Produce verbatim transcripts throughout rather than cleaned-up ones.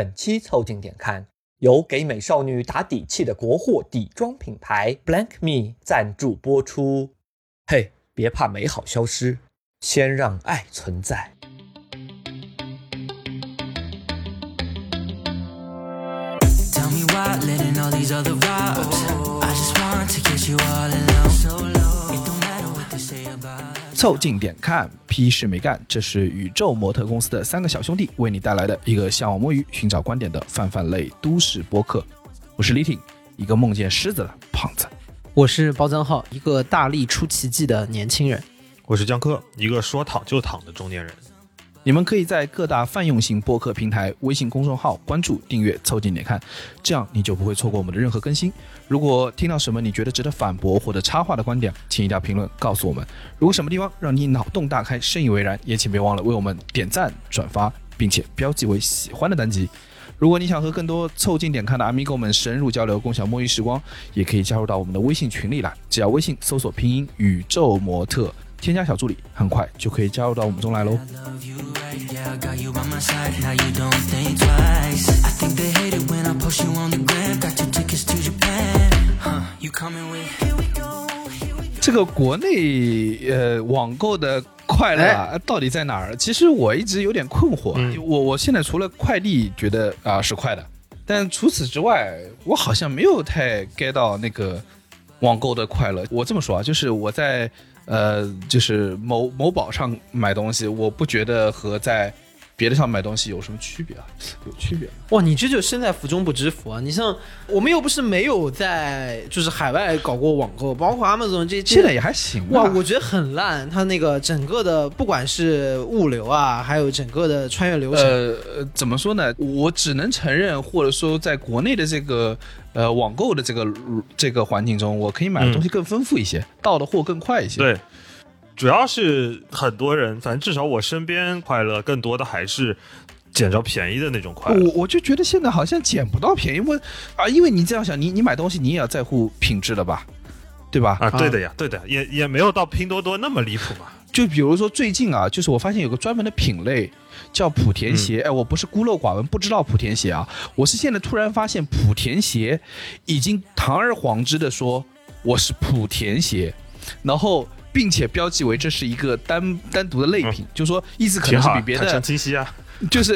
本期凑近点看由给美少女打底气的国货底妆品牌 Blank Me 赞助播出。嘿，别怕美好消失，先让爱存在。 凑近点看，屁事没干，这是宇宙模特公司的三个小兄弟为你带来的一个向往摸鱼、寻找观点的泛泛类都市播客。我是李挺，一个梦见狮子的胖子。 我是包江浩，一个大力出奇迹的年轻人。 我是江科，一个说躺就躺的中年人。 你们可以在各大泛用型播客平台、微信公众号关注、订阅凑近点看，这样你就不会错过我们的任何更新。如果听到什么你觉得值得反驳或者插话的观点，请一定要评论告诉我们。如果什么地方让你脑洞大开、深以为然，也请别忘了为我们点赞、转发，并且标记为喜欢的单集。如果你想和更多凑近点看的 Amigo 们深入交流，共享摸鱼时光，也可以加入到我们的微信群里来。只要微信搜索拼音宇宙模特，添加小助理，很快就可以加入到我们中来喽。这个国内呃网购的快乐啊，到底在哪儿？其实我一直有点困惑。嗯、我我现在除了快递觉得啊、呃、是快的，但除此之外，我好像没有太 get 到那个网购的快乐。我这么说啊，就是我在呃就是某某宝上买东西，我不觉得和在别的上买东西有什么区别啊？有区别。 哇，你这就身在福中不知福啊！你像我们又不是没有在就是海外搞过网购，包括 Amazon 这现在也还行。 哇，我觉得很烂，它那个整个的不管是物流啊，还有整个的穿越流程， 呃，怎么说呢？我只能承认，或者说在国内的这个呃网购的这个这个环境中，我可以买的东西更丰富一些，嗯、到的货更快一些。 对。主要是很多人，反正至少我身边快乐更多的还是捡着便宜的那种快乐。 我我就觉得现在好像捡不到便宜，我啊，因为你这样想，你你买东西你也要在乎品质的吧，对吧？ 啊，对的呀，对的呀，也也没有到拼多多那么离谱嘛。 就比如说最近啊，就是我发现有个专门的品类叫莆田鞋，嗯、哎，我不是孤陋寡闻，不知道莆田鞋啊，我是现在突然发现莆田鞋已经堂而皇之的说我是莆田鞋，然后。并且标记为这是一个单单独的类品，嗯、就是说意思可能是比别的坦诚清晰啊， 就是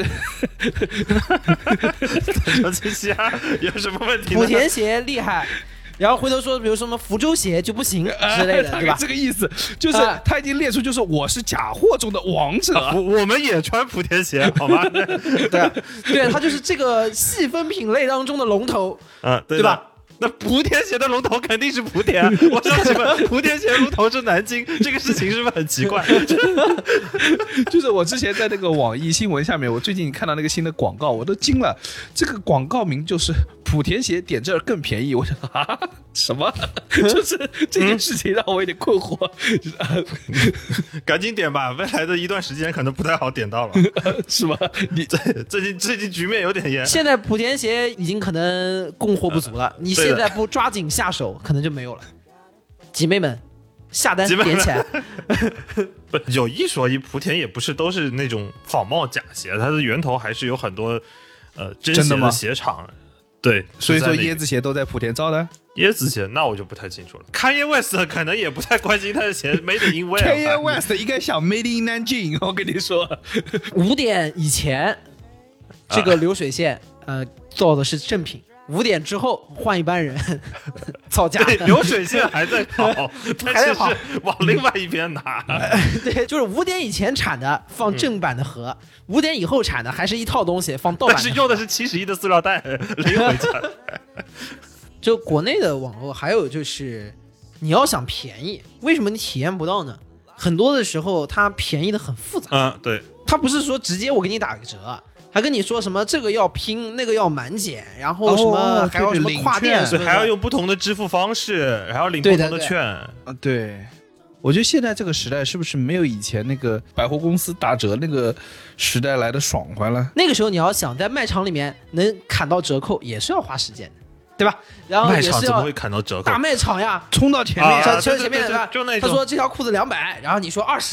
坦诚清晰啊，有什么问题呢？ 莆田鞋厉害，然后回头说，比如什么福州鞋就不行之类的，对吧？ 这个意思就是他已经列出，就是我是假货中的王者， 啊、我我们也穿莆田鞋，好吗？ 对啊，对，他就是这个细分品类当中的龙头， 啊，对, 对吧？ 那莆田鞋的龙头肯定是莆田，我想请问莆田鞋龙头是南京，这个事情是不是很奇怪？ 就是我之前在那个网易新闻下面，我最近看到那个新的广告，我都惊了。这个广告名就是莆田鞋点这儿更便宜，我想啊什么？就是这件事情让我有点困惑。 嗯、赶紧点吧，未来的一段时间可能不太好点到了， 是吗？你最近最近局面有点严。 现在莆田鞋已经可能供货不足了，你现在不抓紧下手，可能就没有了。姐妹们，下单点起来。 不，有一说一，莆田也不是都是那种仿冒假鞋，它的源头还是有很多呃真鞋的鞋厂。对， 所以说椰子鞋都在莆田造的。 椰子鞋那我就不太清楚了。Kanye West 可能也不太关心他的鞋 Made in Where。 Kanye West 应该想 Made in Nanjing， 我跟你说。 五点以前这个流水线、啊、呃造的是正品。五点之后换一班人造假的， 流水线还在跑， 还在跑， 往另外一边拿。 对，就是五点以前产的放正版的盒，五、嗯、点以后产的还是一套东西放盗版的盒， 但是用的是七十一的塑料袋拎回家。 就国内的网络，还有就是你要想便宜，为什么你体验不到呢？很多的时候它便宜的很复杂。 嗯，对， 它不是说直接我给你打个折。还跟你说什么这个要拼，那个要满减，然后什么还要什么跨店， 对对，还要用不同的支付方式，还要领不同的券。 啊，对，我觉得现在这个时代是不是没有以前那个百货公司打折那个时代来的爽快了？ 那个时候你要想在卖场里面能砍到折扣，也是要花时间的，对吧？然后也是要卖场怎么会砍到折扣？ 大卖场呀， 冲到前面， 冲、啊、前面， 对对对对，就那种他说这条裤子两百，然后你说二十。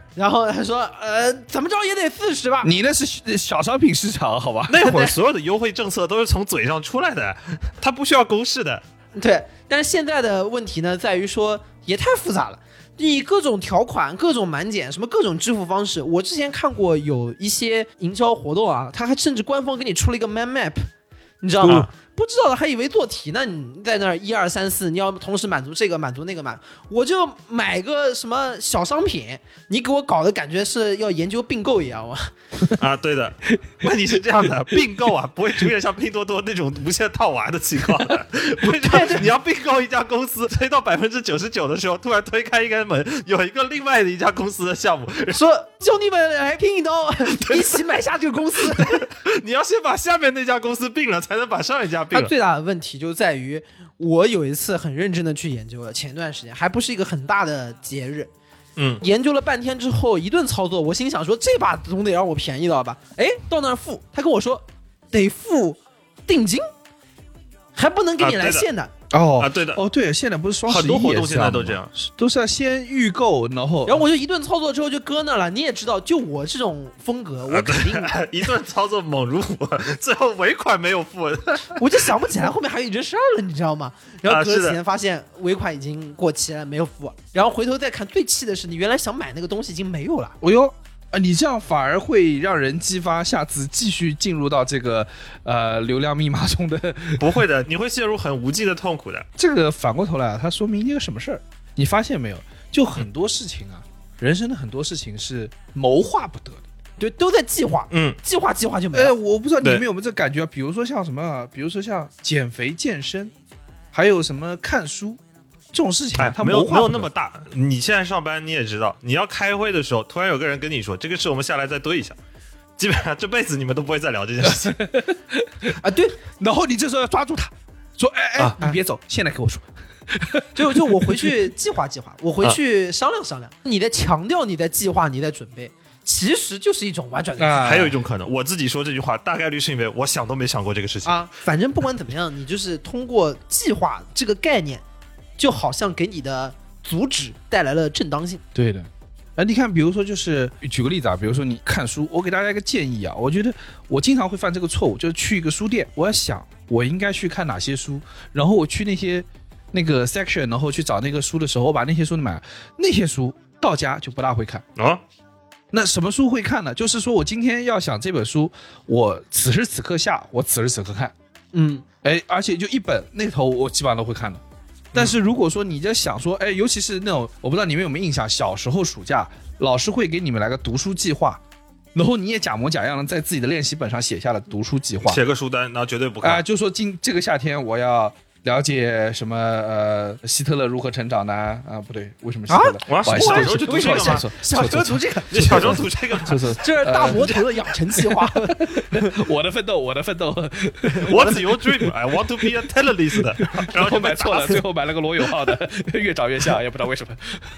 然后他说呃怎么着也得四十吧。 你那是小商品市场好吧？ 那会儿所有的优惠政策都是从嘴上出来的，它不需要公示的。 对，但是现在的问题呢在于说也太复杂了，你各种条款各种满减什么各种支付方式。我之前看过有一些营销活动啊，他还甚至官方给你出了一个 man map， 你知道吗？嗯，不知道的还以为做题呢，你在那儿一二三四，你要同时满足这个满足那个满，我就买个什么小商品，你给我搞的感觉是要研究并购一样。我啊，对的，问题是这样的，并购啊不会出现像拼多多那种无限套娃的情况的。不是这样，你要并购一家公司，推到百分之九十九的时候，突然推开一个门，有一个另外的一家公司的项目， 说兄弟们来拼一刀，一起买下这个公司。 你要先把下面那家公司并了，才能把上一家并了。 它最大的问题就在于，我有一次很认真的去研究了，前段时间还不是一个很大的节日， 嗯， 研究了半天之后一顿操作，我心想说这把总得让我便宜了吧？哎，到那儿付，他跟我说得付定金，还不能给你来现的。 啊哦啊，对的， 哦对，现在不是双十一很多活动现在都这样， 都是要先预购，然后然后我就一顿操作之后就搁那了。你也知道，就我这种风格，我肯定、 啊、一顿操作猛如虎，最后尾款没有付， 我就想不起来后面还有一件事儿了，你知道吗？然后隔几天发现尾款已经过期了，没有付，然后回头再看，最气的是你原来想买那个东西已经没有了。 哦哟。啊，你这样反而会让人激发下次继续进入到这个呃流量密码中的。 不会的，你会陷入很无尽的痛苦的。 这个反过头来啊，它说明一个什么事儿？你发现没有？就很多事情啊，人生的很多事情是谋划不得的， 对，都在计划， 嗯， 计划计划就没了。 哎，我不知道你们有没有这感觉啊？比如说像什么啊，比如说像减肥健身，还有什么看书。这种事情、啊，它没有没有那么大。你现在上班你也知道，你要开会的时候，突然有个人跟你说这个事，我们下来再对一下，基本上这辈子你们都不会再聊这件事情啊。对， 然后你这时候要抓住他，说，哎哎，啊、你别走，现在给我说。 就就我回去计划计划，我回去商量商量。你在强调你在计划，你在准备，其实就是一种婉转的、 啊。还有一种可能，我自己说这句话，大概率是因为我想都没想过这个事情啊。反正不管怎么样，你就是通过计划这个概念。就好像给你的主旨带来了正当性。 对的，哎，你看，比如说，就是举个例子啊，比如说你看书，我给大家一个建议啊，我觉得我经常会犯这个错误，就是去一个书店，我要想我应该去看哪些书，然后我去那些那个 section， 然后去找那个书的时候，我把那些书买了，那些书到家就不大会看啊。 那什么书会看呢？就是说我今天要想这本书，我此时此刻下，我此时此刻看， 嗯， 哎，而且就一本那头我基本上都会看的。但是如果说你在想说，哎，尤其是那种，我不知道你们有没有印象，小时候暑假老师会给你们来个读书计划，然后你也假模假样的在自己的练习本上写下了读书计划， 写个书单，然后绝对不看啊、呃，就说今这个夏天我要了解什么呃希特勒如何成长呢？啊，不对，为什么希特勒？ 啊，我小时候就读这个吗？ 小时候读这个， 你小时候读这个吗？ 就是这是大魔头的养成计划。 我的奋斗，我的奋斗。 What's your dream? I want to be a terrorist。然后就买错了，最后买了个罗永浩的，越长越像，也不知道为什么。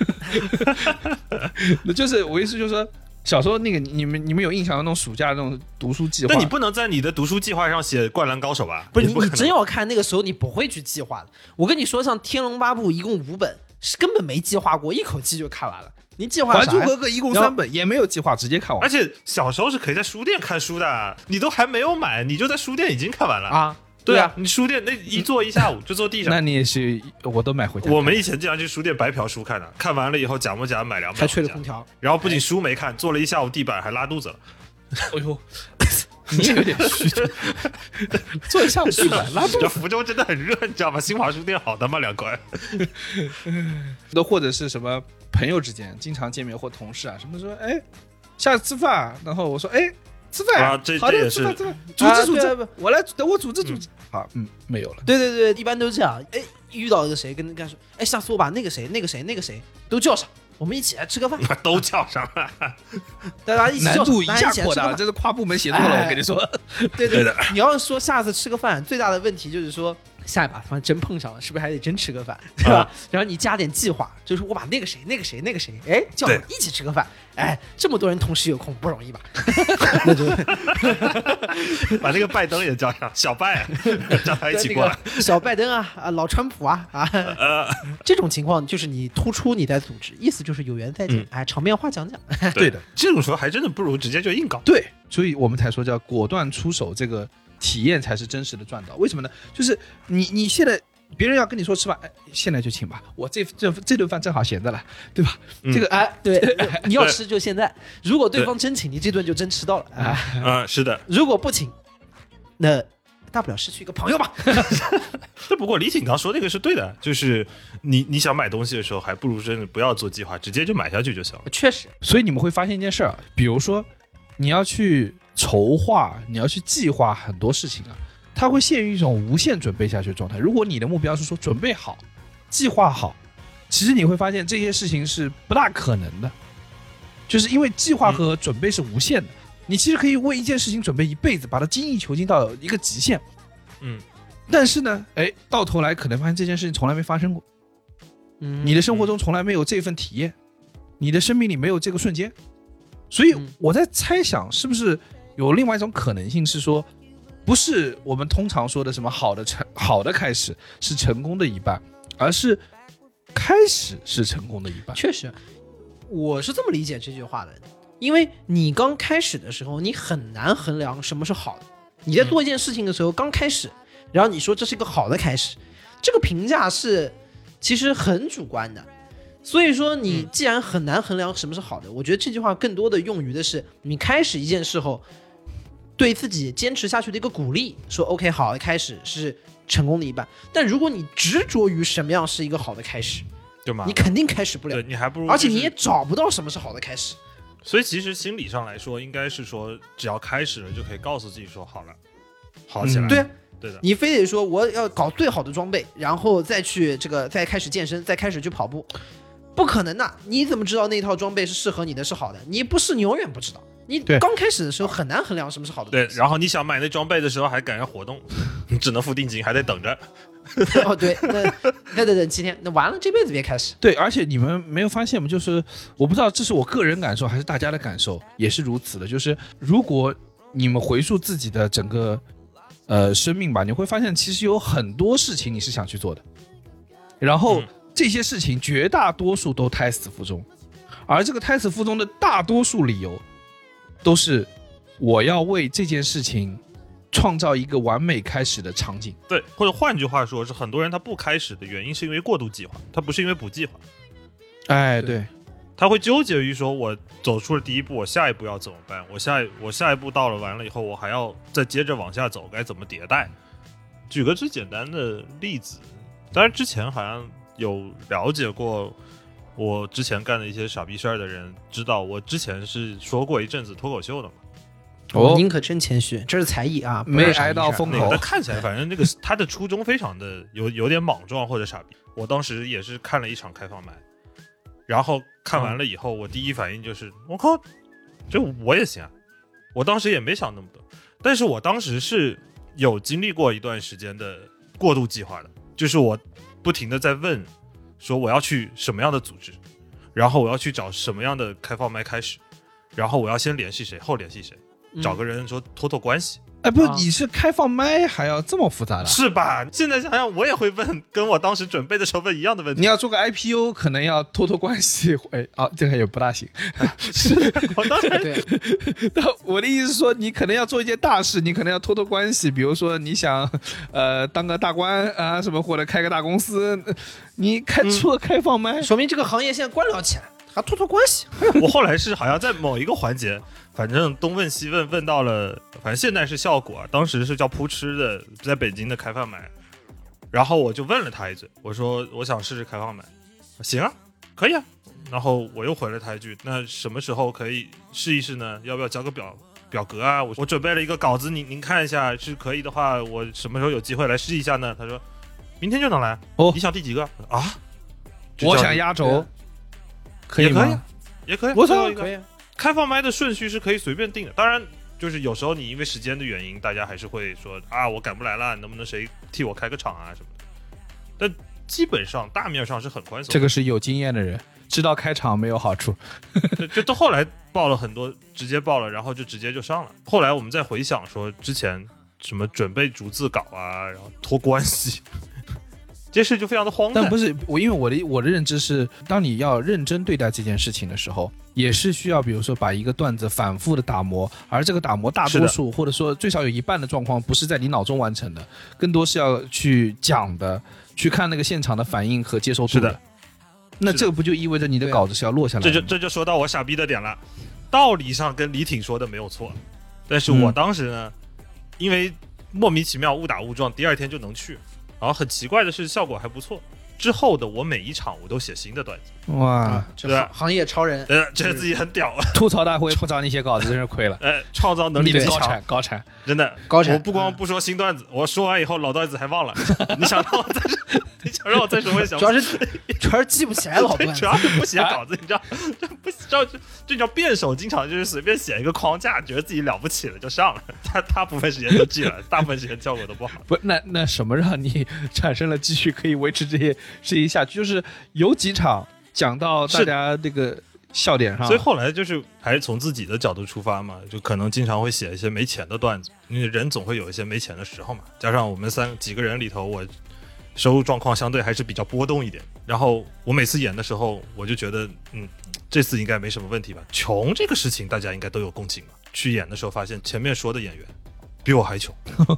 那就是我意思，就是说。小时候那个你们你们有印象的那种暑假的那种读书计划？ 但你不能在你的读书计划上写《灌篮高手》吧？ 不是你，你真要看那个时候你不会去计划的。我跟你说，像《天龙八部》一共五本，是根本没计划过，一口气就看完了。你计划啥？《 还珠格格》一共三本，也没有计划，直接看完。 而且小时候是可以在书店看书的，你都还没有买，你就在书店已经看完了啊。 对啊，你书店那一坐一下午就坐地上。 那你也是，我都买回家。 我们以前经常去书店白嫖书看的，看完了以后假模假买两本， 还吹了空调。 然后不仅书没看，坐了一下午地板还拉肚子了。 哎呦，你有点虚，坐一下午地板拉肚子。 福州真的很热，你知道吗？新华书店好他妈凉快。 那或者是什么朋友之间经常见面或同事啊，什么说哎下次吃饭，然后我说哎。吃饭啊，这好的， 这也是组织组织，我来等我组织组织。好，嗯，没有了。 对对对，一般都是这样。哎，遇到一个谁，跟跟他说，哎，下次我把那个谁、那个谁、那个谁都叫上，我们一起来吃个饭。 都叫上了， 大家一起叫上， 难度一下扩大， 这是跨部门协作了。我跟你说， 对对的。你要说下次吃个饭，最大的问题就是说， 下一把突然真碰上了，是不是还得真吃个饭，对吧？ 啊、 然后你加点计划，就是我把那个谁、那个谁、那个谁，哎，叫我一起吃个饭，哎，这么多人同时有空不容易吧？那就把那个拜登也叫上，小拜叫他一起过来， 那个、小拜登啊啊，老川普啊啊，呃、这种情况就是你突出你在组织，意思就是有缘再见，嗯、哎，场面话讲讲。 对的，这种时候还真的不如直接就硬搞。 对，所以我们才说叫果断出手，这个体验才是真实的赚到。为什么呢？就是你你现在。别人要跟你说吃饭，哎，现在就请吧，我这这这顿饭正好闲着了，对吧？ 嗯、这个哎，对，你要吃就现在。如果对方真请，你这顿就真吃到了。啊、 嗯，是的。 如果不请，那大不了失去一个朋友吧。 这不过李挺刚说那个是对的，就是你你想买东西的时候，还不如真的不要做计划，直接就买下去就行了。 确实， 所以你们会发现一件事儿，比如说你要去筹划，你要去计划很多事情啊。它会陷于一种无限准备下去的状态。如果你的目标是说准备好、计划好，其实你会发现这些事情是不大可能的，就是因为计划和准备是无限的。嗯、你其实可以为一件事情准备一辈子，把它精益求精到一个极限。 嗯， 但是呢，哎，到头来可能发现这件事情从来没发生过。嗯，你的生活中从来没有这份体验，你的生命里没有这个瞬间。所以我在猜想，是不是有另外一种可能性是说。不是我们通常说的什么好的成好的开始是成功的一半，而是开始是成功的一半。 确实，我是这么理解这句话的，因为你刚开始的时候，你很难衡量什么是好的。你在做一件事情的时候，嗯、刚开始，然后你说这是一个好的开始，这个评价是其实很主观的。所以说，你既然很难衡量什么是好的，我觉得这句话更多的用于的是你开始一件事后。对自己坚持下去的一个鼓励，说 OK 好的开始是成功的一半，但如果你执着于什么样是一个好的开始， 对吗？ 你肯定开始不了， 对，你还不如、 就是，而且你也找不到什么是好的开始。 所以其实心理上来说，应该是说只要开始了就可以告诉自己说好了，好起来。 嗯、对啊， 对的。 你非得说我要搞最好的装备，然后再去这个再开始健身，再开始去跑步，不可能的。你怎么知道那套装备是适合你的，是好的？你不是，你永远不知道。你刚开始的时候很难衡量什么是好的东西。 对，然后你想买那装备的时候还赶上活动，你只能付定金，还得等着。 哦，对，那那得等七天，那完了这辈子别开始。 对，而且你们没有发现吗？就是我不知道这是我个人感受还是大家的感受，也是如此的。就是如果你们回溯自己的整个呃生命吧，你会发现其实有很多事情你是想去做的，然后、嗯、这些事情绝大多数都胎死腹中，而这个胎死腹中的大多数理由。都是我要为这件事情创造一个完美开始的场景。 对，或者换句话说是很多人他不开始的原因是因为过度计划，他不是因为不计划。 哎，对， 他会纠结于说我走出了第一步，我下一步要怎么办，我下我下一步到了完了以后我还要再接着往下走，该怎么迭代。举个最简单的例子，当然之前好像有了解过我之前干的一些傻逼事儿的人知道，我之前是说过一阵子脱口秀的嘛。 哦，您可真谦虚，这是才艺啊， 没挨到风口。 那个、看起来反正那个他的初衷非常的有有点莽撞或者傻逼。我当时也是看了一场开放麦，然后看完了以后，嗯、我第一反应就是我靠，这我也行啊！我当时也没想那么多，但是我当时是有经历过一段时间的过度计划的，就是我不停的在问。说我要去什么样的组织，然后我要去找什么样的开放麦开始，然后我要先联系谁，后联系谁，找个人说托托关系。 哎，不，你是开放麦还要这么复杂的？ 是吧？现在想想，我也会问跟我当时准备的时候问一样的问题。 你要做个 I P O， 可能要托托关系。哎，哦，这个也不大行。 是，我当然对。 但我的意思是说，你可能要做一件大事，你可能要托托关系。比如说，你想呃当个大官啊什么，或者开个大公司，你开出了开放麦、 嗯，说明这个行业现在官僚起来，还托托关系。 我后来是好像在某一个环节。反正东问西问问到了，反正现在是效果，当时是叫扑哧的，在北京的开放麦，然后我就问了他一嘴，我说我想试试开放麦，行啊，可以啊，然后我又回了他一句，那什么时候可以试一试呢？要不要交个表表格啊？我我准备了一个稿子，您您看一下，是可以的话，我什么时候有机会来试一下呢？他说明天就能来。哦，你想第几个啊？ 我想压轴，可以吗？ 也可以，也可以， 我操， 可以。 开放麦的顺序是可以随便定的，当然就是有时候你因为时间的原因，大家还是会说啊，我赶不来了，能不能谁替我开个场啊什么的。但基本上大面上是很宽松的。 这个是有经验的人，知道开场没有好处。 就就到后来报了很多，直接报了，然后就直接就上了。后来我们再回想说之前什么准备逐字稿啊，然后托关系。这事就非常的荒诞。 但不是我，因为我的我的认知是，当你要认真对待这件事情的时候，也是需要，比如说把一个段子反复的打磨，而这个打磨大多数或者说最少有一半的状况不是在你脑中完成的，更多是要去讲的，去看那个现场的反应和接受度的。 是的， 那这个不就意味着你的稿子是要落下来的？ 这就这就说到我傻逼的点了。道理上跟李挺说的没有错，但是我当时呢，嗯、因为莫名其妙误打误撞，第二天就能去。然后很奇怪的是，效果还不错。之后的我每一场我都写新的段子。 哇， 这行行业超人， 呃，觉得自己很屌。 吐槽大会不找你写稿子真是亏了。 呃，创造能力高产高产， 真的高产。 我不光不说新段子，我说完以后老段子还忘了。你想让我再你想让我再说，我也想。 主要是主要是记不起来老段子， 主要是不写稿子，你知道，就不知道就就叫辩手，经常就是随便写一个框架，觉得自己了不起了就上了。他大部分时间都记了，大部分时间效果都不好。 不，那那什么让你产生了继续可以维持这些事情下去？就是有几场讲到大家这个笑点上， 所以后来就是还是从自己的角度出发嘛，就可能经常会写一些没钱的段子，因为人总会有一些没钱的时候嘛。加上我们三几个人里头，我收入状况相对还是比较波动一点。然后我每次演的时候，我就觉得，嗯，这次应该没什么问题吧。穷这个事情大家应该都有共情吧。去演的时候发现前面说的演员比我还穷，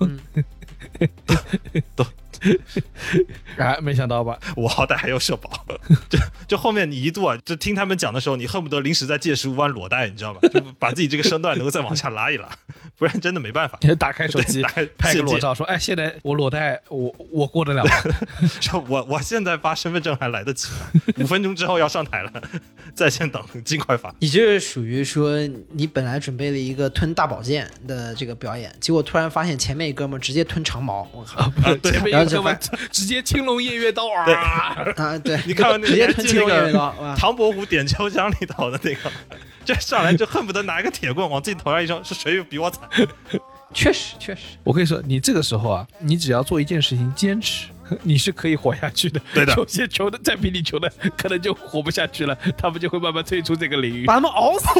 都。 哎，没想到吧？ 我好歹还有社保，就就后面你一度啊，就听他们讲的时候，你恨不得临时在借十五万裸贷，你知道吧？就把自己这个身段能够再往下拉一拉，不然真的没办法。 打开手机，拍个裸照，说：“哎，现在我裸贷，我我过得了。 说我我现在发身份证还来得及，五分钟之后要上台了，在线等，尽快发。” 你这属于说，你本来准备了一个吞大宝剑的这个表演，结果突然发现前面一哥们直接吞长矛，我靠！ 啊、前面一哥们直接青龙偃月刀啊！ 啊，对， 你看那直接吞青龙偃月刀， 唐伯虎点秋香里头的那个，这上来就恨不得拿一个铁棍往自己头上一扔，是谁比我惨？ 确实，确实， 我跟你说，你这个时候啊，你只要做一件事情，坚持。你是可以活下去的， 对的。 有些穷的再比你穷的，可能就活不下去了，他们就会慢慢退出这个领域， 把他们熬死。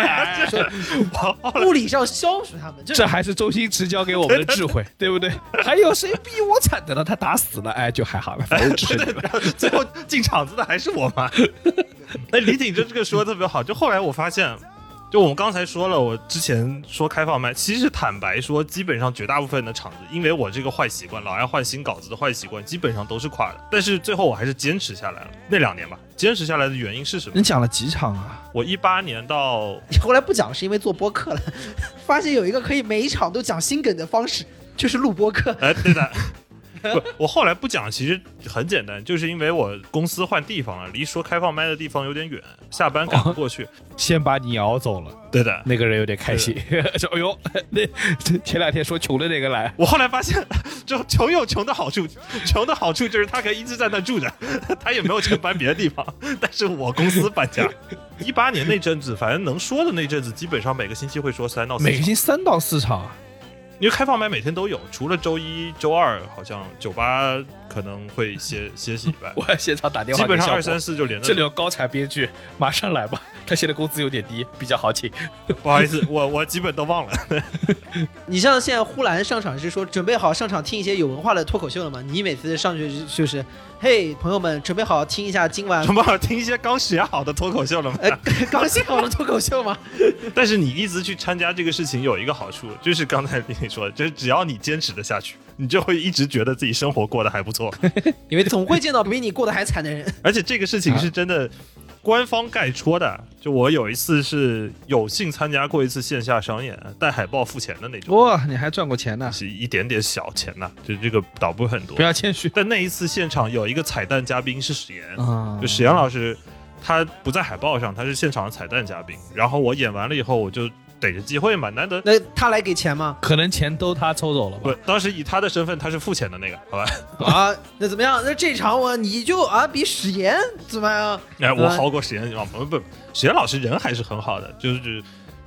物理上消除他们， 这还是周星驰教给我们的智慧，对不对？还有谁比我惨的呢？他打死了，哎，就还好了，反正只是对对最后进场子的还是我嘛。哎，李挺这这个说的特别好，就后来我发现。就我们刚才说了，我之前说开放麦，其实坦白说，基本上绝大部分的场子，因为我这个坏习惯，老爱换新稿子的坏习惯，基本上都是垮的。但是最后我还是坚持下来了，那两年吧，坚持下来的原因是什么？ 你讲了几场啊？ 我一八年到， 你后来不讲是因为做播客了，发现有一个可以每一场都讲新梗的方式，就是录播客。 哎，对的。不，我后来不讲，其实很简单，就是因为我公司换地方了，离说开放麦的地方有点远，下班赶不过去，哦、 先把你熬走了。 对的， 那个人有点开心，说：“哎呦，那前两天说穷的那个来。” 我后来发现，就穷有穷的好处，穷的好处就是他可以一直在那住着，他也没有钱搬别的地方，但是我公司搬家。一八年那阵子，反正能说的那阵子，基本上每个星期会说三到四场， 每个星期三到四场。 因为开放麦每天都有，除了周一、周二好像酒吧可能会歇歇息以外， 我现场打电话， 基本上二三四就连着。 这里有高产编剧，马上来吧。他现在工资有点低，比较好请。 不好意思，我我基本都忘了。 你像现在呼兰上场是说准备好上场听一些有文化的脱口秀了吗？你每次上去就是嘿，朋友们，准备好听一下今晚， 准备好听一些刚学好的脱口秀了吗？ 呃，刚学好的脱口秀吗？ 但是你一直去参加这个事情有一个好处，就是刚才跟你说的，就是只要你坚持的下去，你就会一直觉得自己生活过得还不错， 因为总会见到比你过得还惨的人。 而且这个事情是真的。官方盖戳的，就我有一次是有幸参加过一次线下商演，带海报付钱的那种。 哇，你还赚过钱呢？ 是一点点小钱呐，就这个倒不会很多。 不要谦虚。 但那一次现场有一个彩蛋嘉宾是史岩， 嗯、 就史岩老师，他不在海报上，他是现场的彩蛋嘉宾。然后我演完了以后，我就逮着机会嘛，难得。 那他来给钱吗？ 可能钱都他抽走了吧。 不，当时以他的身份，他是付钱的那个，好吧？ 啊，那怎么样？那这场我你就啊比史岩怎么样？ 哎，我好过史岩，不不，史岩老师人还是很好的，就是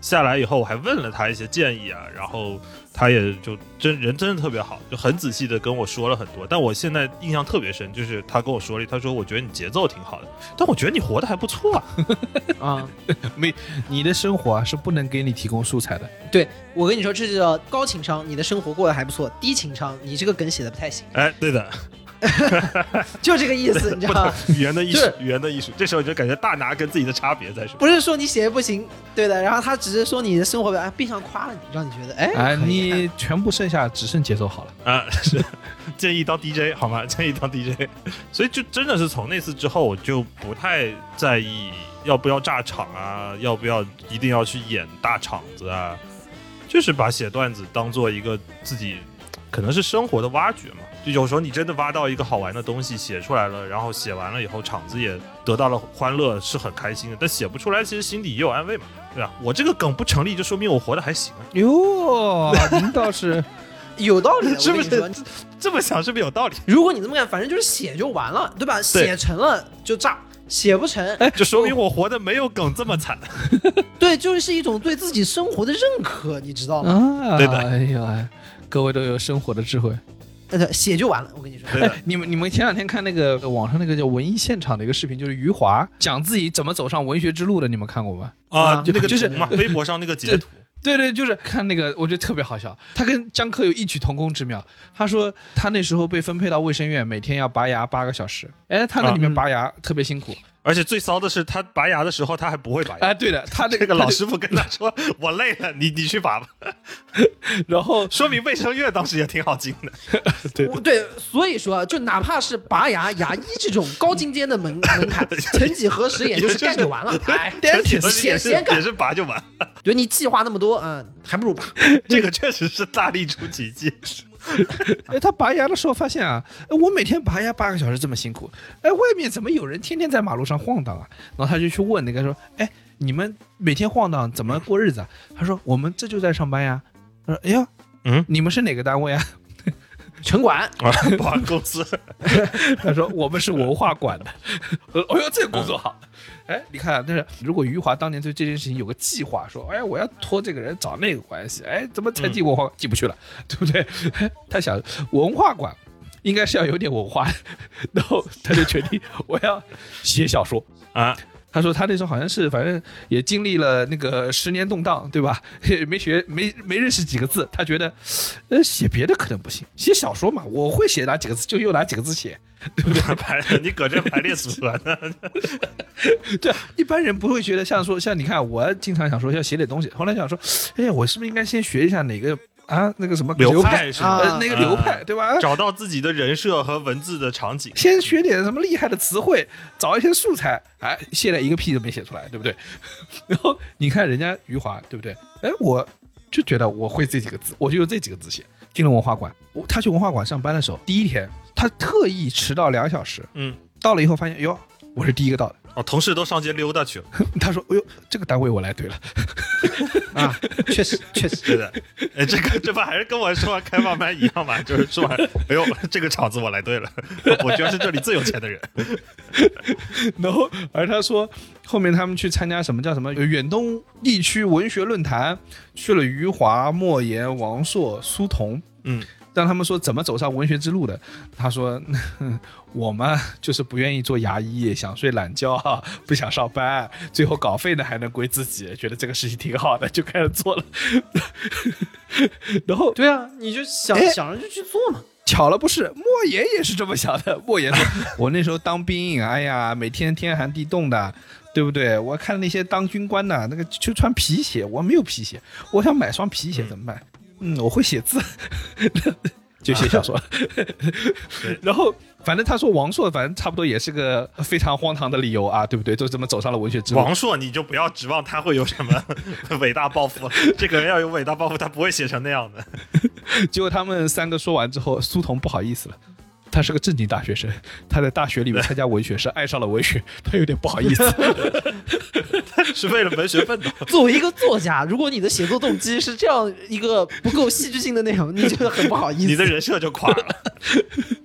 下来以后我还问了他一些建议啊，然后他也就真人真的特别好，就很仔细的跟我说了很多。但我现在印象特别深，就是他跟我说了，他说我觉得你节奏挺好的，但我觉得你活得还不错啊。 啊， 没，你的生活啊是不能给你提供素材的。 对，我跟你说，这就叫高情商，你的生活过得还不错；低情商，你这个梗写的不太行。 哎，对的。 就这个意思，你知道吗？ 语言的艺术，语言的艺术，这时候你就感觉大拿跟自己的差别在说， 不是说你写的不行，对的，然后他只是说你的生活哎，变相夸了你，让你觉得哎， 哎，你全部剩下只剩节奏好了啊！是建议当 D J 好吗？建议当 D J。所以就真的是从那次之后，我就不太在意要不要炸场啊，要不要一定要去演大场子啊，就是把写段子当做一个自己可能是生活的挖掘嘛。就有时候你真的挖到一个好玩的东西写出来了，然后写完了以后场子也得到了欢乐，是很开心的。但写不出来其实心底也有安慰嘛，对吧？我这个梗不成立就说明我活得还行啊。 哟，您倒是有道理， 是不是？这么想是不是有道理？ 如果你这么干，反正就是写就完了，对吧？对，写成了就炸，写不成哎，就说明我活得没有梗这么惨。 对，就是一种对自己生活的认可，你知道吗？ 啊， 对的。 哎呀，各位都有生活的智慧。 写就完了，我跟你说。 哎，你们你们前两天看那个网上那个叫文艺现场的一个视频，就是余华讲自己怎么走上文学之路的，你们看过吗？ 啊，就那个就是嘛，微博上那个截图。 对对，就是看那个，我觉得特别好笑。他跟江科有异曲同工之妙。他说他那时候被分配到卫生院，每天要拔牙八个小时。哎，他在里面拔牙、啊、特别辛苦。 而且最骚的是，他拔牙的时候他还不会拔牙。 哎，对的，他这个老师傅跟他说：“我累了，你你去拔吧。” 然后说明卫生院当时也挺好进的。 对对，所以说，就哪怕是拔牙、牙医这种高精尖的门门槛，曾几何时也就是干就完了。哎， 先先干也是拔就完。 对，你计划那么多，嗯，还不如拔。 这个确实是大力出奇迹。 哎，他拔牙的时候发现啊，我每天拔牙八个小时这么辛苦，哎，外面怎么有人天天在马路上晃荡啊？然后他就去问那个说，哎，你们每天晃荡怎么过日子啊？他说我们这就在上班呀。他说，哎呀，嗯，你们是哪个单位啊？ 城管啊，保安公司。 他说我们是文化馆的。哎呦，这个工作好。哎，你看，但是如果余华当年对这件事情有个计划，说，哎，我要托这个人找那个关系，哎，怎么才进文化、嗯、进不去了，对不对？他想文化馆应该是要有点文化，然后他就决定我要写小说啊。他说他那时候好像是反正也经历了那个十年动荡，对吧？没学没没认识几个字，他觉得呃写别的可能不行，写小说嘛，我会写哪几个字就用哪几个字写，对不对？ 排你搁这排列组合呢？ 对，一般人不会觉得像说像你看，我经常想说要写点东西，后来想说，哎呀，我是不是应该先学一下哪个？啊，那个什么流派是吧、 呃？那个流派、啊、对吧？ 找到自己的人设和文字的场景， 先学点什么厉害的词汇，找一些素材，哎，现在一个屁都没写出来，对不对？然后你看人家余华，对不对？哎，我就觉得我会这几个字，我就用这几个字写。进了文化馆，他去文化馆上班的时候，第一天他特意迟到两小时，嗯，到了以后发现，哟，我是第一个到的。 哦，同事都上街溜达去了。 他说：“哎呦，这个单位我来对了。” 啊，确实确实对的。哎，这个这不还是跟我说完开放麦一样嘛？就是说完，哎呦，这个场子我来对了，我居然是这里最有钱的人。 然后，而他说后面他们去参加什么叫什么远东地区文学论坛，去了余华、莫言、王朔、苏童，嗯。让他们说怎么走上文学之路的，他说我嘛就是不愿意做牙医，想睡懒觉，不想上班，最后稿费呢还能归自己，觉得这个事情挺好的，就开始做了。然后对啊，你就想想着就去做嘛。 巧了不是，莫言也是这么想的。莫言说我那时候当兵，哎呀每天天寒地冻的，对不对？我看那些当军官的那个就穿皮鞋，我没有皮鞋，我想买双皮鞋怎么办？嗯，我会写字，就写小说。然后，反正他说王朔，反正差不多也是个非常荒唐的理由啊，对不对？就这么走上了文学之路。 王朔，你就不要指望他会有什么伟大抱负，这个人要有伟大抱负，他不会写成那样的。 结果他们三个说完之后，苏童不好意思了。他是个正经大学生，他在大学里面参加文学社，爱上了文学，他有点不好意思。 是为了文学奋斗。 作为一个作家，如果你的写作动机是这样一个不够戏剧性的内容，你就很不好意思， 你的人设就垮了。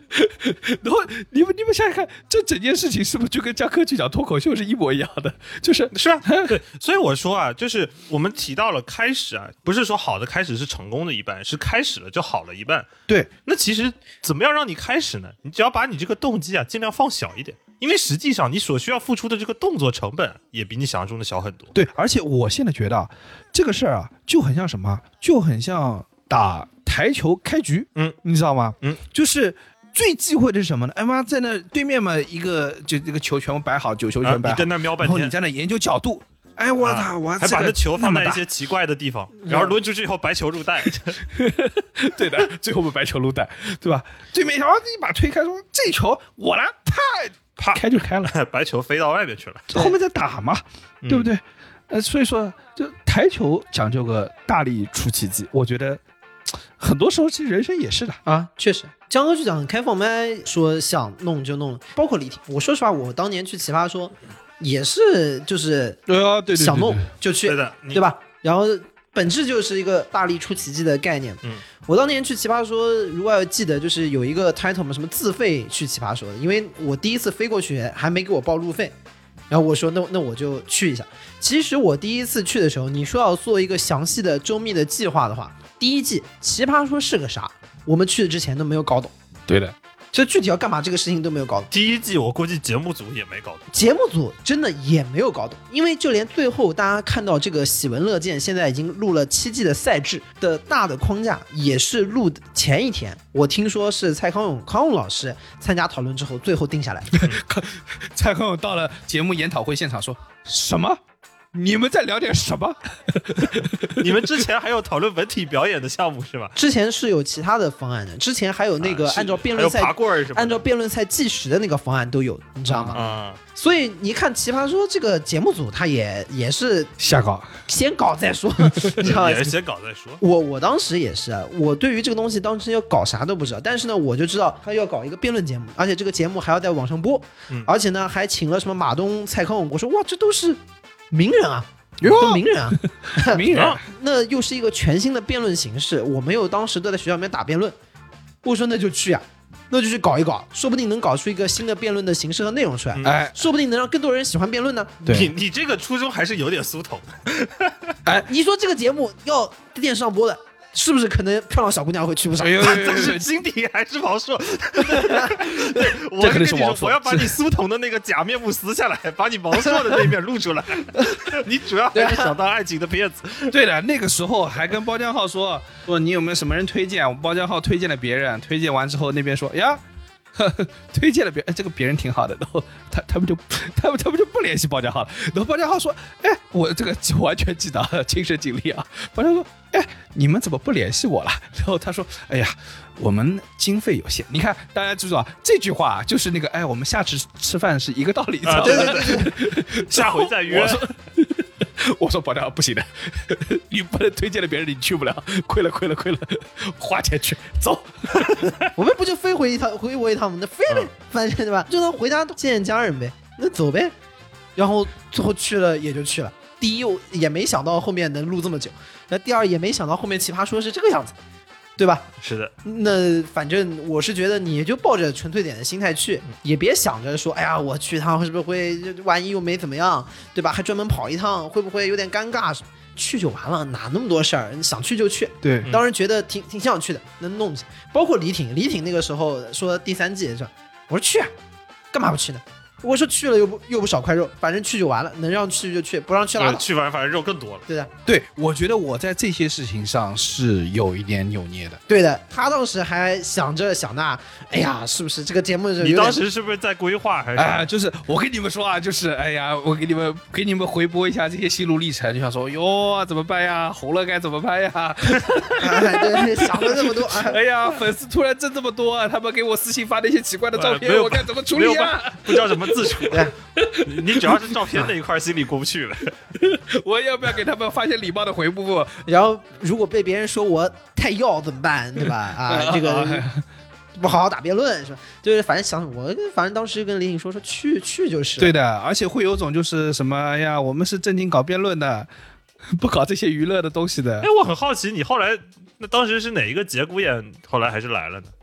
然后你们你们想想看，这整件事情是不是就跟江科去讲脱口秀是一模一样的？就是是啊，对，所以我说啊，就是我们提到了开始啊，不是说好的开始是成功的一半，是开始了就好了一半。 对， 那其实怎么样让你开始呢？你只要把你这个动机啊尽量放小一点，因为实际上你所需要付出的这个动作成本也比你想象中的小很多。 对，而且我现在觉得啊，这个事儿啊就很像什么，就很像打台球开局， 嗯， 你知道吗？ 嗯， 就是最忌讳的是什么呢？哎妈，在那对面嘛，一个就这个球全部摆好，九球全摆好， 啊、你在那瞄半天， 然后你在那研究角度。哎我操！啊、我还把那球放在一些奇怪的地方，然后抡出去以后白球入袋。 对的，最后被白球入袋，对吧？对面然后一把推开说：“这球我来，太啪开就开了， 白球飞到外面去了。” 后面再打嘛，对不对？嗯、呃，所以说就台球讲究个大力出奇迹，我觉得很多时候其实人生也是的啊，确实。江哥去讲开放麦说想弄就弄了，包括李挺。我说实话，我当年去奇葩说。也是就是想弄就去，对吧？然后本质就是一个大力出奇迹的概念。 嗯， 我当年去奇葩说，如果要记得，就是有一个 title 嘛，什么自费去奇葩说的，因为我第一次飞过去还没给我报路费，然后我说那那我就去一下。其实我第一次去的时候，你说要做一个详细的周密的计划的话，第一季奇葩说是个啥，我们去的之前都没有搞懂。 对的。 这具体要干嘛这个事情都没有搞懂。 第一季我估计节目组也没搞懂， 节目组真的也没有搞懂，因为就连最后大家看到这个喜闻乐见现在已经录了七季的赛制的大的框架，也是录前一天，我听说是蔡康永康永老师参加讨论之后最后定下来。 蔡康永到了节目研讨会现场说什么？你们在聊点什么？ 你们之前还有讨论文体表演的项目是吧？ 之前是有其他的方案的，之前还有那个按照辩论赛、 啊、 按照辩论赛计时的那个方案都有，你知道吗？ 啊， 所以你看奇葩说这个节目组，他也也是瞎搞， 先搞再说，你知道吗？ 也是先搞再说。 我我当时也是，我对于这个东西当时要搞啥都不知道，但是呢，我就知道他要搞一个辩论节目，而且这个节目还要在网上播， 嗯、 而且呢还请了什么马东、蔡康永，我说哇，这都是名人啊。都名人啊， 名人， 那又是一个全新的辩论形式。我没有当时都在学校里面打辩论，我说那就去啊，那就去搞一搞，说不定能搞出一个新的辩论的形式和内容出来，哎、嗯，说不定能让更多人喜欢辩论呢。 你你这个初衷还是有点酥头。 哎，你说这个节目要电视上播的。是不是可能漂亮小姑娘会去不上？ 但是心底还是王朔。对，我跟你说，我要把你苏童的那个假面目撕下来，把你王朔的那一面录出来。你主要还是想当爱情的骗子。 对的，那个时候还跟包浆浩说说你有没有什么人推荐？我们包浆浩推荐了别人，推荐完之后那边说呀。推荐了别人，这个别人挺好的，然后他他们就他们他们就不联系包浆浩了。然后包浆浩说：“哎，我这个完全记得亲身经历啊。”包浆说：“哎，你们怎么不联系我了？”然后他说：“哎呀，我们经费有限。你看，大家知道这句话就是那个哎，我们下次吃饭是一个道理。 啊、对对对，下回再约。” 我说我说包浆浩不行的，你不能推荐了别人你去不了，亏了亏了亏了，花钱去走。 我们不就飞回一趟回我一趟吗？那飞呗，嗯、反正对吧？就能回家见见家人呗，那走呗。然后最后去了也就去了。第一也没想到后面能录这么久，那第二也没想到后面奇葩说是这个样子。对吧？ 是的。 那反正我是觉得你就抱着纯粹点的心态去，也别想着说，哎呀，我去一趟是不是会万一又没怎么样，对吧？还专门跑一趟，会不会有点尴尬？去就完了，哪那么多事儿？你想去就去。 对， 当时觉得挺挺想去的，能弄起。包括李挺，李挺那个时候说第三季是吧？我说去，干嘛不去呢？我说去了又不又不少块肉，反正去就完了，能让去就去，不让去拉倒。 去完反正肉更多了。 对的， 对，我觉得我在这些事情上是有一点扭捏的。 对的，他当时还想着想那，哎呀，是不是这个节目？ 你当时是不是在规划还是？ 啊、呃，就是我跟你们说啊，就是哎呀，我给你们给你们回播一下这些心路历程，就想说哟怎么办呀，红了该怎么办呀？ 哎、对，想了这么多， 哎呀，粉丝突然增这么多啊，他们给我私信发那些奇怪的照片，呃、我该怎么处理啊？ 不知道怎么自处。你主要是照片那一块心里过不去了。 我要不要给他们发些礼貌的回复？ 然后如果被别人说我太要怎么办？对吧？啊，这个不好好打辩论是吧？就是反正想我，反正当时跟李颖说说去去就是。 对的，而且会有种就是什么，哎呀，我们是正经搞辩论的，不搞这些娱乐的东西的。 哎，我很好奇，你后来那当时是哪一个节骨眼后来还是来了呢？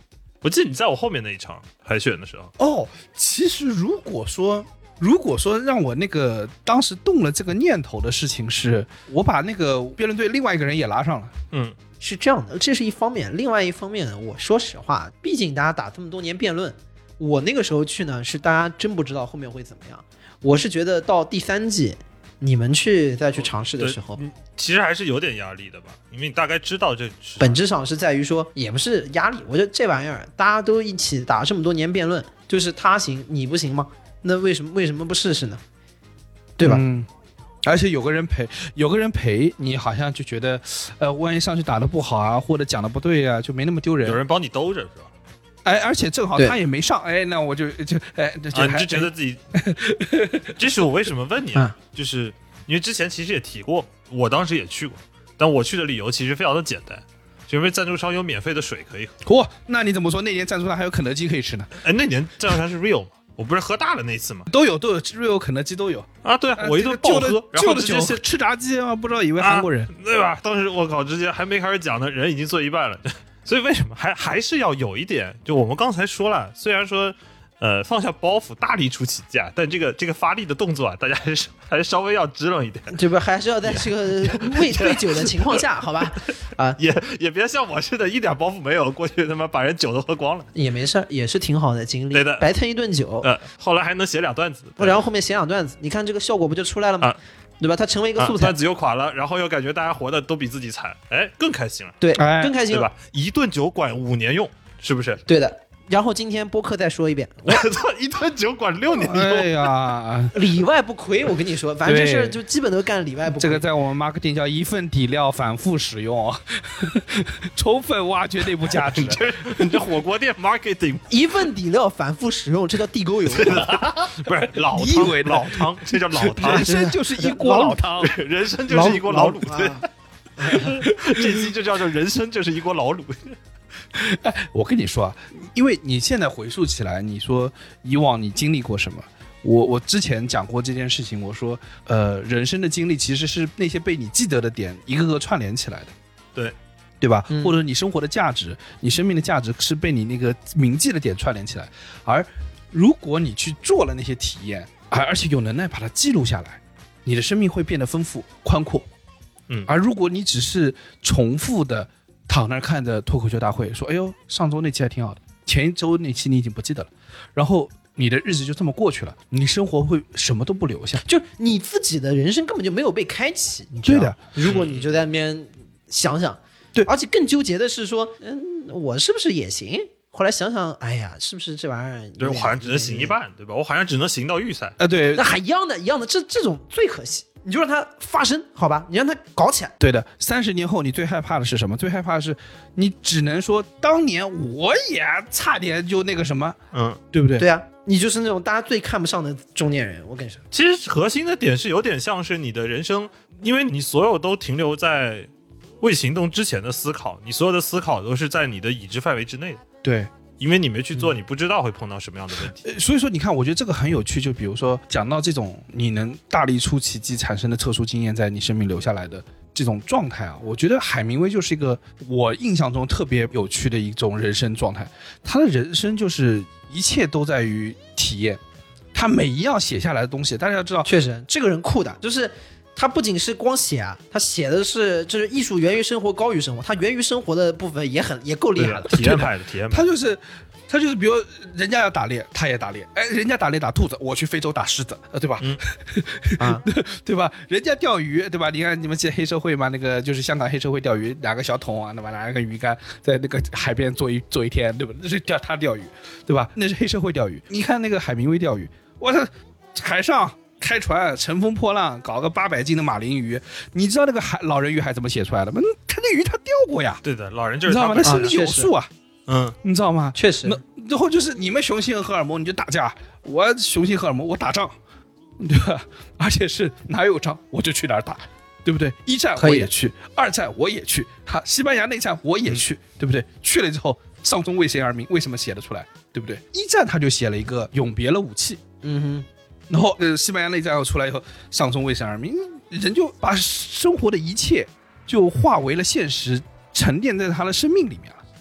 我记得你在我后面那一场海选的时候。 哦，其实如果说如果说让我那个当时动了这个念头的事情是，我把那个辩论队另外一个人也拉上了。 嗯， 是这样的，这是一方面。另外一方面呢，我说实话，毕竟大家打这么多年辩论，我那个时候去呢，是大家真不知道后面会怎么样。我是觉得到第三季，你们去再去尝试的时候， 其实还是有点压力的吧，因为你大概知道这本质上是在于说，也不是压力。我觉得这玩意儿大家都一起打这么多年辩论，就是他行你不行吗？那为什么为什么不试试呢？对吧？ 嗯，而且有个人陪，有个人陪你，好像就觉得，呃，万一上去打得不好啊，或者讲的不对啊，就没那么丢人。 有人帮你兜着是吧？ 哎，而且正好他也没上，哎，那我就就哎，就啊，你就觉得自己，这是我为什么问你啊？就是因为之前其实也提过，我当时也去过，但我去的理由其实非常的简单，就因为赞助商有免费的水可以喝。 嚯，那你怎么说那年赞助商还有肯德基可以吃呢？ 哎，那年赞助商是 Real 吗？我不是喝大了那次吗？ 都有都有 Real 肯德基都有啊，对啊，我一顿暴喝，然后直接吃炸鸡啊，不知道以为韩国人、 啊、对吧？当时我靠，直接还没开始讲呢，人已经做一半了。所以为什么还还是要有一点？就我们刚才说了，虽然说，呃，放下包袱，大力出奇迹，但这个这个发力的动作啊，大家还是还是稍微要支棱一点， 这不还是要在这个未退酒的情况下，好吧？啊， 也也别像我似的，一点包袱没有，过去他妈把人酒都喝光了， 也没事，也是挺好的经历， 对的， 白蹭一顿酒， 呃，后来还能写两段子， 然后后面写两段子，你看这个效果不就出来了吗？啊对吧？他成为一个素材， 啊、段子又垮了，然后又感觉大家活的都比自己惨，哎，更开心了， 对，哎、更开心了， 对吧？一顿酒管五年用，是不是？ 对的。然后今天播客再说一遍， 我操，一顿酒管六年用， 哎呀， 里外不亏。我跟你说，反正这事就基本都干里外不亏。 这个在我们 marketing 叫一份底料反复使用，充分挖掘内部价值。 你这你这火锅店 marketing， 一份底料反复使用，这叫地沟油， 不是老汤，老汤，这叫老汤。 人生就是一锅老汤， 人生就是一锅老卤。对，这期就叫做人生就是一锅老卤。 哎，我跟你说啊，因为你现在回溯起来，你说以往你经历过什么？我我之前讲过这件事情，我说，呃，人生的经历其实是那些被你记得的点一个个串联起来的， 对对吧？ 嗯、 或者你生活的价值，你生命的价值是被你那个铭记的点串联起来。而如果你去做了那些体验，而而且有能耐把它记录下来，你的生命会变得丰富宽阔。 嗯， 而如果你只是重复的躺那儿看着脱口秀大会，说哎呦上周那期还挺好的，前一周那期你已经不记得了，然后你的日子就这么过去了，你生活会什么都不留下， 就你自己的人生根本就没有被开启。你知道对的， 如果你就在那边想想， 对， 而且更纠结的是说，嗯，我是不是也行？后来想想，哎呀，是不是这玩意儿？ 对，我好像只能行一半，对吧？我好像只能行到预赛。 啊，对， 那还一样的，一样的，这这种最可惜。你就让它发生，好吧？你让它搞起来。 对的，三十年后你最害怕的是什么？最害怕的是你只能说当年我也差点就那个什么， 嗯， 对不对？ 对啊，你就是那种大家最看不上的中年人。我跟你说， 其实核心的点是有点像是你的人生，因为你所有都停留在未行动之前的思考，你所有的思考都是在你的已知范围之内的。 对。 因为你没去做，你不知道会碰到什么样的问题。 呃、所以说，你看，我觉得这个很有趣。就比如说，讲到这种你能大力出奇迹产生的特殊经验，在你生命留下来的这种状态啊，我觉得海明威就是一个我印象中特别有趣的一种人生状态。他的人生就是一切都在于体验，他每一样写下来的东西，大家要知道， 确实这个人酷的，就是他不仅是光写啊，他写的是就是艺术源于生活高于生活，他源于生活的部分也很也够厉害的， 体验派的体验派。 他就是他就是比如人家要打猎，他也打猎，哎，人家打猎打兔子，我去非洲打狮子，呃，对吧？ 嗯， 啊，对吧？人家钓鱼，对吧？你看你们记得黑社会吗？那个就是香港黑社会钓鱼，拿个小桶啊，对吧？拿个鱼竿在那个海边坐一坐一天，对吧？那是钓他钓鱼，对吧？那是黑社会钓鱼。你看那个海明威钓鱼，我操，海上开船乘风破浪，搞个八百斤的马林鱼，你知道那个海老人鱼还怎么写出来的吗？他那鱼他钓过呀， 对的，老人就是你知道吗？他心里有数啊。 嗯， 你知道吗？ 确实。 那然后就是你们雄性荷尔蒙你就打架，我雄性荷尔蒙我打仗，对吧？而且是哪有仗我就去哪儿打，对不对？一战我也去，二战我也去，哈，西班牙内战我也去，嗯、对不对？去了之后，上中为谁而鸣？为什么写得出来？对不对？一战他就写了一个永别了武器， 嗯哼。 然后呃，西班牙内战又出来以后，上中为谁而鸣？人就把生活的一切就化为了现实，沉淀在他的生命里面了。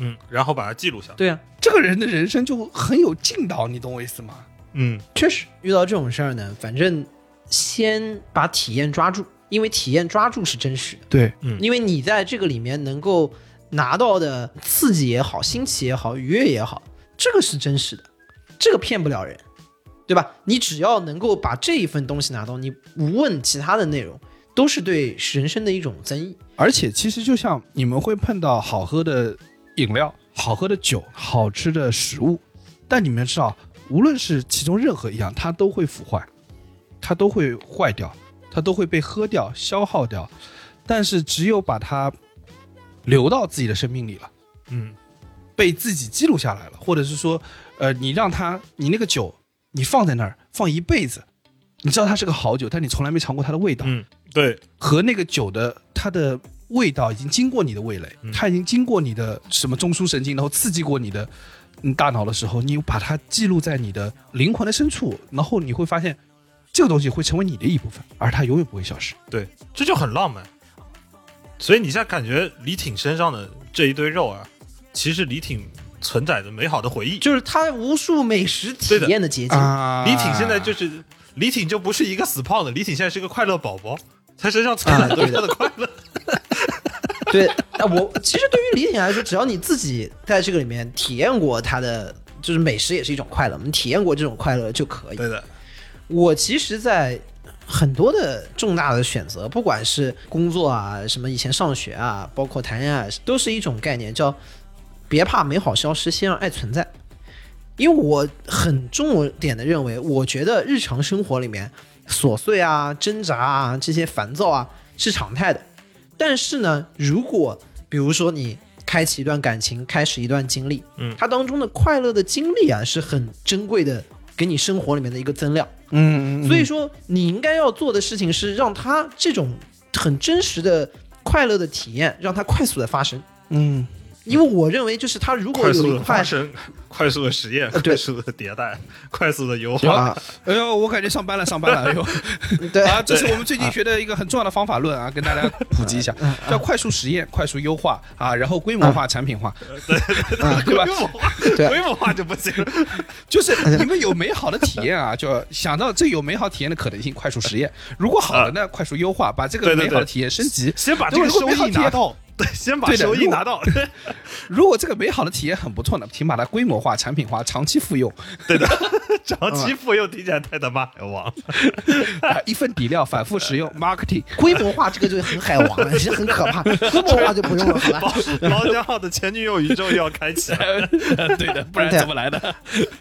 嗯，然后把它记录下来。 对啊， 这个人的人生就很有劲道，你懂我意思吗？ 嗯， 确实遇到这种事儿呢，反正先把体验抓住，因为体验抓住是真实的。 对， 嗯因为你在这个里面能够拿到的刺激也好，新奇也好，愉悦也好，这个是真实的，这个骗不了人，对吧？你只要能够把这一份东西拿到，你无问其他的内容，都是对人生的一种增益。 而且其实就像你们会碰到好喝的饮料、好喝的酒、好吃的食物，但你们知道，无论是其中任何一样，它都会腐坏，它都会坏掉，它都会被喝掉、消耗掉。但是只有把它流到自己的生命里了， 嗯， 被自己记录下来了，或者是说，呃，你让它，你那个酒，你放在那儿放一辈子，你知道它是个好酒，但你从来没尝过它的味道。 嗯，对， 和那个酒的它的味道已经经过你的味蕾， 嗯它已经经过你的什么中枢神经，然后刺激过你的嗯大脑的时候，你把它记录在你的灵魂的深处，然后你会发现这个东西会成为你的一部分，而它永远不会消失。 对，这就很浪漫。所以你现在感觉李挺身上的这一堆肉啊，其实李挺存在着美好的回忆。 就是他无数美食体验的结晶。 啊李挺现在就是李挺就不是一个死胖的，李挺现在是个快乐宝宝，他身上存在都是他的快乐。 对，啊，我其实对于李挺来说，只要你自己在这个里面体验过他的，就是美食也是一种快乐，我们体验过这种快乐就可以。 对的， 我其实，在很多的重大的选择，不管是工作啊，什么以前上学啊，包括谈恋爱，都是一种概念，叫别怕美好消失，先让爱存在。因为我很重点的认为，我觉得日常生活里面琐碎啊、挣扎啊、这些烦躁啊是常态的。但是呢，如果比如说你开启一段感情，开始一段经历， 嗯， 它当中的快乐的经历啊，是很珍贵的，给你生活里面的一个增量。 嗯， 所以说你应该要做的事情是让它这种很真实的快乐的体验，让它快速的发生。 嗯， 因为我认为就是它如果快速的有一块发生，快速的实验， 呃对快速的迭代，快速的优化。 啊， 哎呦，我感觉上班了，上班了，哎呦， 对啊，这是我们最近学的一个很重要的方法论啊，跟大家普及一下，叫快速实验、快速优化啊，然后规模化、产品化， 对对吧规模化， 对规模化就不行了。 就是你们有美好的体验啊，就想到这有美好体验的可能性，快速实验。如果好的呢，快速优化，把这个对对对美好的体验升级， 先把这个收益拿到，对，先把对的收益拿到。 如果这个美好的体验很不错呢，请把它规模化、产品化、长期复用， 对的，长期复用听起来太他妈海王。 啊一份底料反复使用 ，marketing。 规模化这个就很海王了，其实很可怕。规模化就不用了，好吧？ 包包家浩的前女友宇宙又要开启了。 对的，不然怎么来的？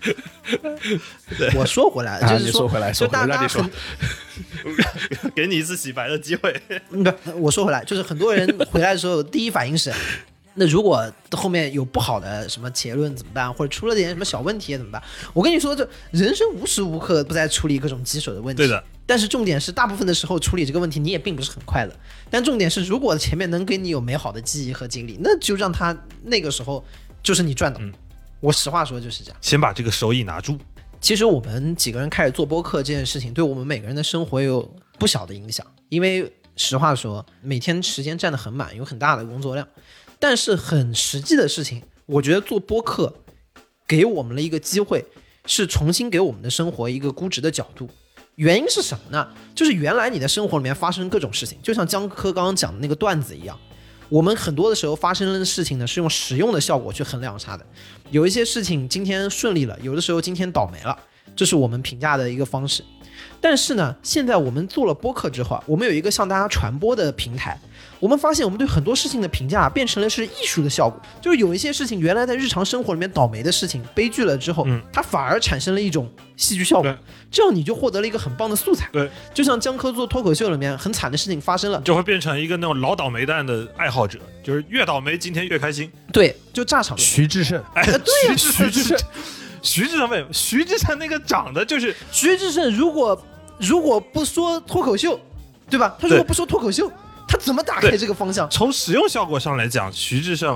我说回来， 啊就是你说回来说就大家回来让你说很给你一次洗白的机会。 不，我说回来，就是很多人回来的时候，第一反应是，那如果后面有不好的什么结论怎么办？或者出了点什么小问题怎么办？我跟你说，这人生无时无刻不在处理各种棘手的问题。 对的。 但是重点是，大部分的时候处理这个问题，你也并不是很快乐。但重点是，如果前面能给你有美好的记忆和经历，那就让他那个时候就是你赚到。 嗯， 我实话说就是这样。 先把这个收益拿住。 其实我们几个人开始做播客这件事情，对我们每个人的生活也有不小的影响。因为实话说，每天时间占得很满，有很大的工作量。但是很实际的事情，我觉得做播客给我们了一个机会，是重新给我们的生活一个估值的角度。原因是什么呢？就是原来你的生活里面发生各种事情，就像江科刚刚讲的那个段子一样，我们很多的时候发生的事情呢，是用实用的效果去衡量它的。有一些事情今天顺利了，有的时候今天倒霉了，这是我们评价的一个方式。但是呢，现在我们做了播客之后，我们有一个向大家传播的平台，我们发现我们对很多事情的评价变成了是艺术的效果，就是有一些事情原来在日常生活里面倒霉的事情、悲剧了之后， 嗯， 它反而产生了一种戏剧效果，这样你就获得了一个很棒的素材。 对， 就像江科做脱口秀里面很惨的事情发生了， 就会变成一个那种老倒霉蛋的爱好者，就是越倒霉今天越开心。 对，就炸场。 徐志胜， 哎， 对呀徐志胜，徐志胜为徐志胜那个长得就是徐志胜，如果如果不说脱口秀，对吧？他如果不说脱口秀，他怎么打开这个方向？ 从实用效果上来讲，徐志胜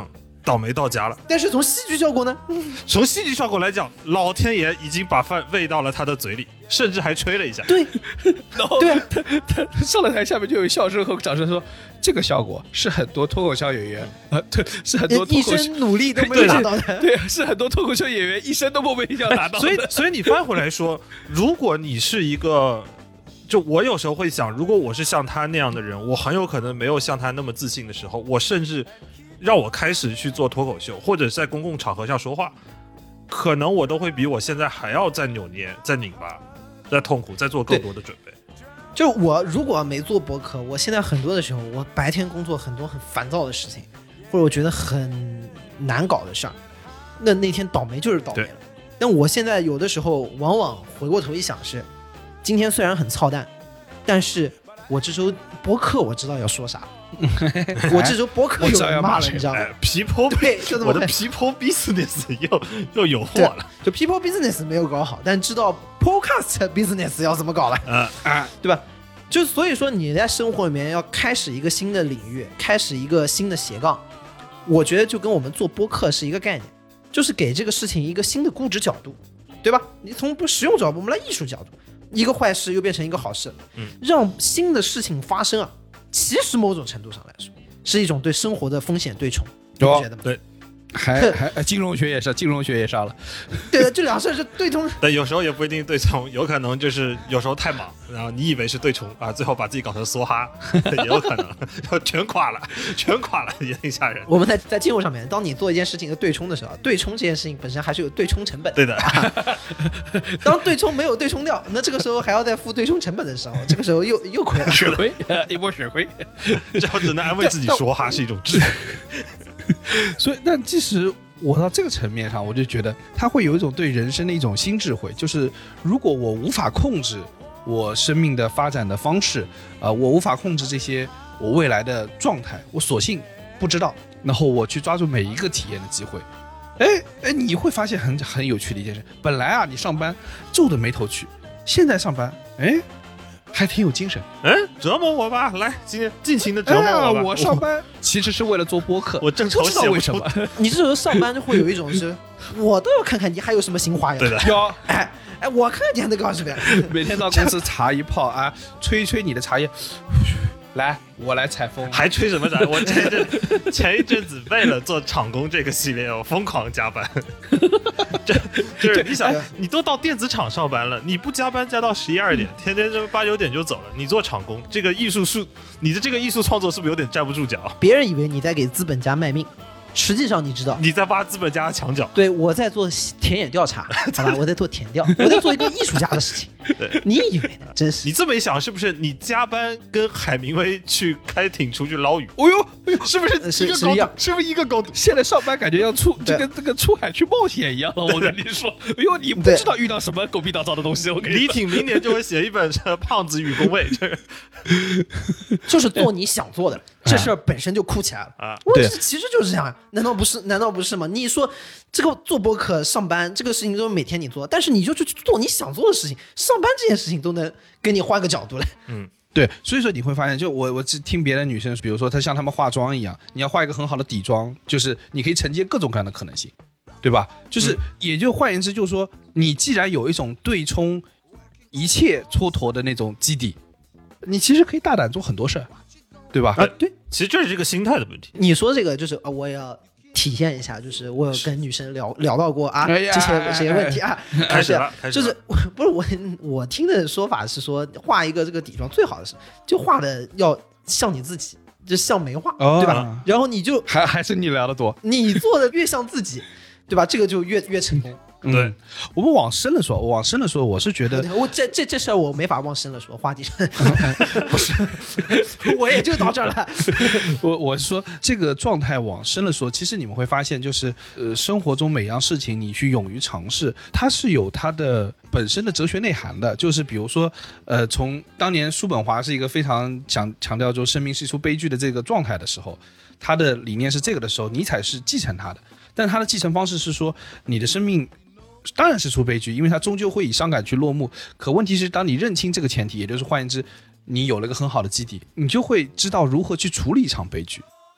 倒霉到家了。 但是从戏剧效果呢？ 从戏剧效果来讲，老天爷已经把饭喂到了他的嘴里，甚至还吹了一下。 对， 然后对啊他他上了台，下面就有笑声和掌声说，这个效果是很多脱口秀演员啊，对，是很多脱一口秀生努力都没有达到的。 对，是很多脱口秀演员一生都梦寐以求达到的。 所以，所以你翻回来说，如果你是一个，就我有时候会想，如果我是像他那样的人，我很有可能没有像他那么自信的时候，我甚至让我开始去做脱口秀，或者在公共场合下说话，可能我都会比我现在还要再扭捏、再拧巴、再痛苦、再做更多的准备。 就我如果没做播客，我现在很多的时候，我白天工作很多很烦躁的事情，或者我觉得很难搞的事儿，那那天倒霉就是倒霉了。但我现在有的时候往往回过头一想是，今天虽然很操蛋，但是我这周播客我知道要说啥，我这周播客有人骂了，你知道吗？ 哎，people 对，就这么我的 people business 又又有货了。 就 people business 没有搞好，但知道 podcast business 要怎么搞了， 呃啊，对吧？就所以说你在生活里面要开始一个新的领域，开始一个新的斜杠，我觉得就跟我们做播客是一个概念，就是给这个事情一个新的估值角度，对吧？你从不实用角度，我们来艺术角度，一个坏事又变成一个好事， 嗯， 让新的事情发生啊，其实某种程度上来说是一种对生活的风险对冲，你不觉得吗？ 对。 还还金融学也上，金融学也上了。 对的，这两事是对冲。 但有时候也不一定对冲，有可能就是有时候太忙，然后你以为是对冲啊，最后把自己搞成梭哈，也有可能全垮了，全垮了，也挺吓人。 我们在在金融上面，当你做一件事情的对冲的时候，对冲这件事情本身还是有对冲成本。 对的。 当对冲没有对冲掉，那这个时候还要再付对冲成本的时候，这个时候又又亏了， 血亏，一波血亏。 这我只能安慰自己说哈是一种智慧。 所以，但即使我到这个层面上，我就觉得他会有一种对人生的一种新智慧，就是如果我无法控制我生命的发展的方式，啊、呃，我无法控制这些我未来的状态，我索性不知道，然后我去抓住每一个体验的机会。哎哎，你会发现很很有趣的一件事，本来啊你上班皱着眉头去，现在上班，哎。还挺有精神， 嗯，折磨我吧，来，今天尽情的折磨我吧。 哎、我上班其实是为了做播客， 我正愁不知道为什么。 你这时候上班就会有一种是，我都要看看你还有什么新花样。 对的， 有， 哎哎，我看看你还能搞什么呀？ 每天到公司茶一泡啊，吹一吹你的茶叶。来，我来采风， 还吹什么茶？我前一阵前一阵子为了做场工这个系列，我疯狂加班。这就是你想，你都到电子厂上班了，你不加班加到十一二点，天天就八九点就走了。你做场工，这个艺术术，你的这个艺术创作是不是有点站不住脚？ 别人以为你在给资本家卖命，实际上你知道你在挖资本家的墙角。 对，我在做田野调查，好吧，我在做田调，我在做一个艺术家的事情。 对， 你以为呢？真是你这么一想，是不是你加班跟海明威去开艇出去捞鱼？ 哦呦，哎呦，是不是是一个高度？ 是一样是不是一个高度？现在上班感觉要出这个这个出海去冒险一样了。我跟你说，哎呦，你不知道遇到什么狗屁倒灶的东西。我跟你说， 李挺明年就会写一本《胖子与工位》， 就是做你想做的，这事儿本身就酷起来了啊！ 我这其实就是这样，难道不是？难道不是吗？你说这个做播客、上班这个事情都是每天你做，但是你就去做你想做的事情，上班这件事情都能给你换个角度来。 嗯， 对，所以说你会发现，就我我听别的女生，比如说她像她们化妆一样，你要画一个很好的底妆，就是你可以承接各种各样的可能性，对吧？就是、嗯、也就换言之，就是说你既然有一种对冲一切蹉跎的那种基底，你其实可以大胆做很多事儿，对吧？ 啊，对， 其实这是这个心态的问题。 你说这个就是啊，我也要体现一下，就是我有跟女生聊聊到过啊， 哎、 这些这些问题啊， 开始了，开始了， 就是不是我我听的说法是说，画一个这个底妆最好的是就画的要像你自己，就像没画， 哦、 对吧？然后你就还还是你聊得多， 你做的越像自己，对吧？这个就越越成功。 嗯、 对， 我们往深了说，往深了说，我是觉得， 我这这这事儿我没法往深了说，话题上不是，我也就到这儿了。 我我是说这个状态往深了说，其实你们会发现，就是呃，生活中每样事情你去勇于尝试，它是有它的本身的哲学内涵的。就是比如说，呃，从当年叔本华是一个非常强强调就生命是一出悲剧的这个状态的时候，他的理念是这个的时候，尼采是继承他的，但他的继承方式是说，你的生命当然是出悲剧，因为它终究会以伤感去落幕。可问题是，当你认清这个前提，也就是换言之，你有了一个很好的基底，你就会知道如何去处理一场悲剧。 嗯，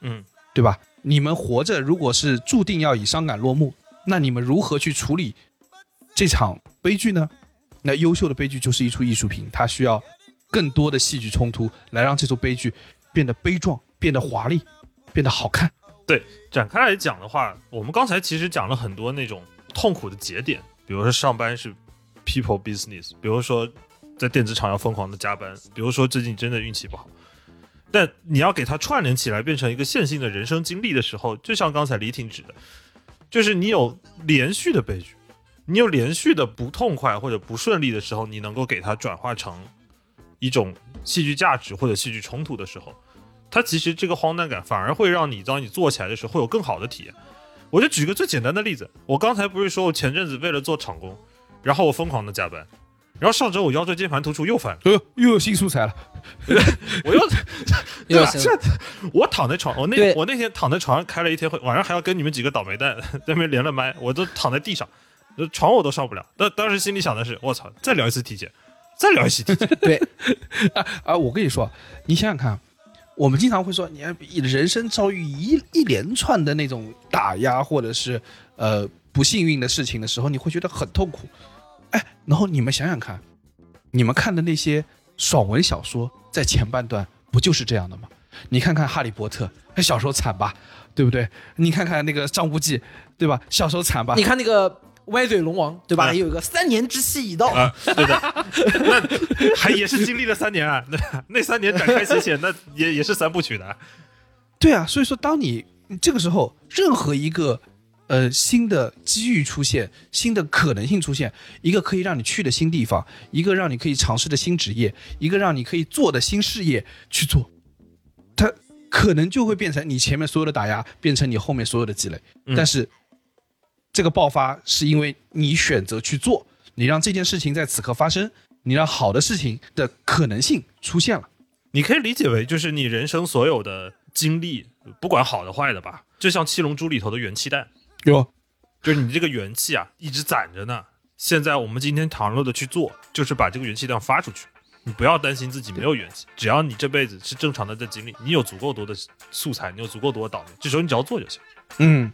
对吧？你们活着如果是注定要以伤感落幕，那你们如何去处理这场悲剧呢？那优秀的悲剧就是一出艺术品，它需要更多的戏剧冲突来让这出悲剧变得悲壮，变得华丽，变得好看。 对，展开来讲的话，我们刚才其实讲了很多那种痛苦的节点，比如说上班是 people business， 比如说在电子厂要疯狂的加班，比如说最近真的运气不好。但你要给它串联起来变成一个线性的人生经历的时候，就像刚才李挺指的，就是你有连续的悲剧，你有连续的不痛快或者不顺利的时候，你能够给它转化成一种戏剧价值或者戏剧冲突的时候，它其实这个荒诞感反而会让你当你做起来的时候会有更好的体验。我就举个最简单的例子，我刚才不是说我前阵子为了做场工，然后我疯狂的加班，然后上周我腰椎间盘突出又犯了， 呃，又有新素材了， 我又对吧？ 又这我躺在床，我那我那天躺在床上开了一天会，晚上还要跟你们几个倒霉蛋在那边连了麦，我都躺在地上，床我都上不了。但当时心里想的是，我操，再聊一次体检，再聊一次体检。 对啊啊！我跟你说，你想想看。我们经常会说，你人生遭遇一一连串的那种打压，或者是呃不幸运的事情的时候，你会觉得很痛苦。哎，然后你们想想看，你们看的那些爽文小说，在前半段不就是这样的吗？你看看《哈利波特》，小时候惨吧，对不对？你看看那个张无忌，对吧？小时候惨吧？ 你看那个歪嘴龙王，对吧？啊、有一个三年之期已到啊，对的，那还也是经历了三年啊，那那三年展开写写，那也也是三部曲的。 对啊，所以说，当你这个时候，任何一个呃新的机遇出现，新的可能性出现，一个可以让你去的新地方，一个让你可以尝试的新职业，一个让你可以做的新事业去做，它可能就会变成你前面所有的打压，变成你后面所有的积累，嗯、但是。这个爆发是因为你选择去做，你让这件事情在此刻发生，你让好的事情的可能性出现了。 你可以理解为就是你人生所有的经历，不管好的坏的吧，就像七龙珠里头的元气弹， 有， 就是你这个元气啊一直攒着呢。现在我们今天倘若的去做，就是把这个元气弹发出去。你不要担心自己没有元气，只要你这辈子是正常的在经历，你有足够多的素材，你有足够多的导演，这时候你只要做就行。 嗯。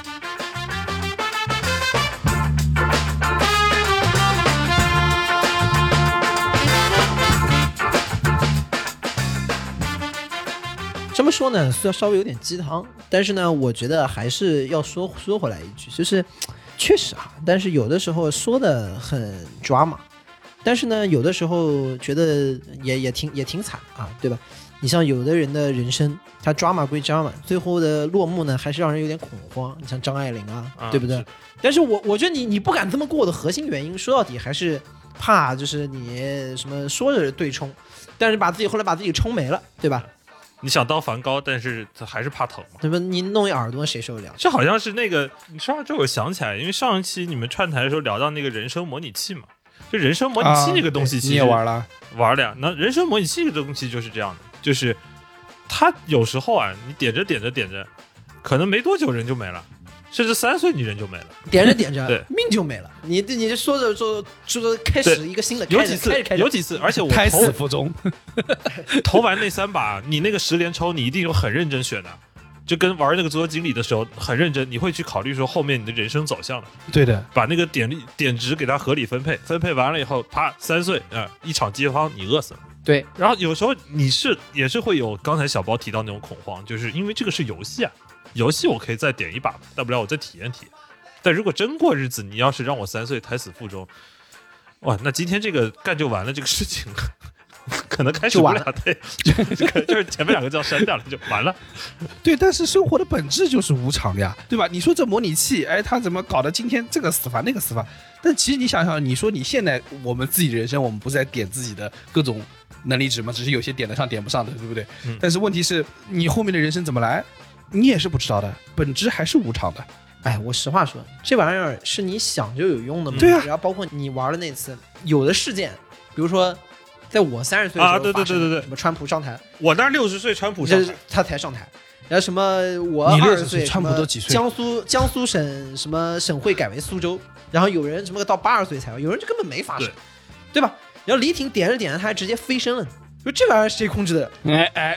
这么说呢，虽然稍微有点鸡汤，但是呢，我觉得还是要说说回来一句，就是确实啊，但是有的时候说的很抓马，但是呢，有的时候觉得也也挺也挺惨啊，对吧？你像有的人的人生，他抓马归抓马，最后的落幕呢，还是让人有点恐慌。你像张爱玲啊，啊对不对？是但是我我觉得你你不敢这么过的核心原因，说到底还是怕就是你什么说着对冲，但是把自己后来把自己冲没了，对吧？ 你想当梵高，但是还是怕疼嘛， 对吧？你弄一耳朵谁受得了？ 这好像是那个你说到这我想起来，因为上一期你们串台的时候聊到那个人生模拟器嘛，就人生模拟器这个东西其实、 啊、你也玩了玩了呀。那人生模拟器这个东西就是这样的，就是它有时候啊，你点着点着点着，可能没多久人就没了，甚至三岁你人就没了， 点着点着对命就没了。你你说着说说着开始一个新的， 有几次有几次，而且我胎死腹中。 投完那三把，你那个十连抽你一定有很认真选的，就跟玩那个足球经理的时候很认真，你会去考虑说后面你的人生走向的。 对的， 把那个点力点值给它合理分配，分配完了以后，啪，三岁啊、呃，一场饥荒你饿死了。 对， 然后有时候你是也是会有刚才小包提到那种恐慌，就是因为这个是游戏啊，游戏我可以再点一把，大不了我再体验体验。但如果真过日子，你要是让我三岁胎死腹中，哇，那今天这个干就完了，这个事情可能开始不了，对，就就是前面两个字要删掉了，就完了。 对，但是生活的本质就是无常的呀，对吧？你说这模拟器，哎，他怎么搞的？今天这个死法那个死法，但其实你想想，你说你现在我们自己人生，我们不是在点自己的各种能力值吗？只是有些点得上，点不上的，对不对？嗯、但是问题是你后面的人生怎么来，你也是不知道的，本质还是无常的。 哎，我实话说，这玩意儿是你想就有用的吗？ 对啊。 然后包括你玩的那次，有的事件，比如说，在我三十岁的时候， 啊，对对对对对， 什么川普上台， 我那六十岁川普上台， 他才上台。然后什么我二十岁， 川普都几岁？ 江苏江苏省什么省会改为苏州，然后有人什么到八十岁才，有人就根本没发生， 对, 对吧？然后李挺点着点着，他还直接飞升了。说这玩意儿谁控制的？ 哎哎哎，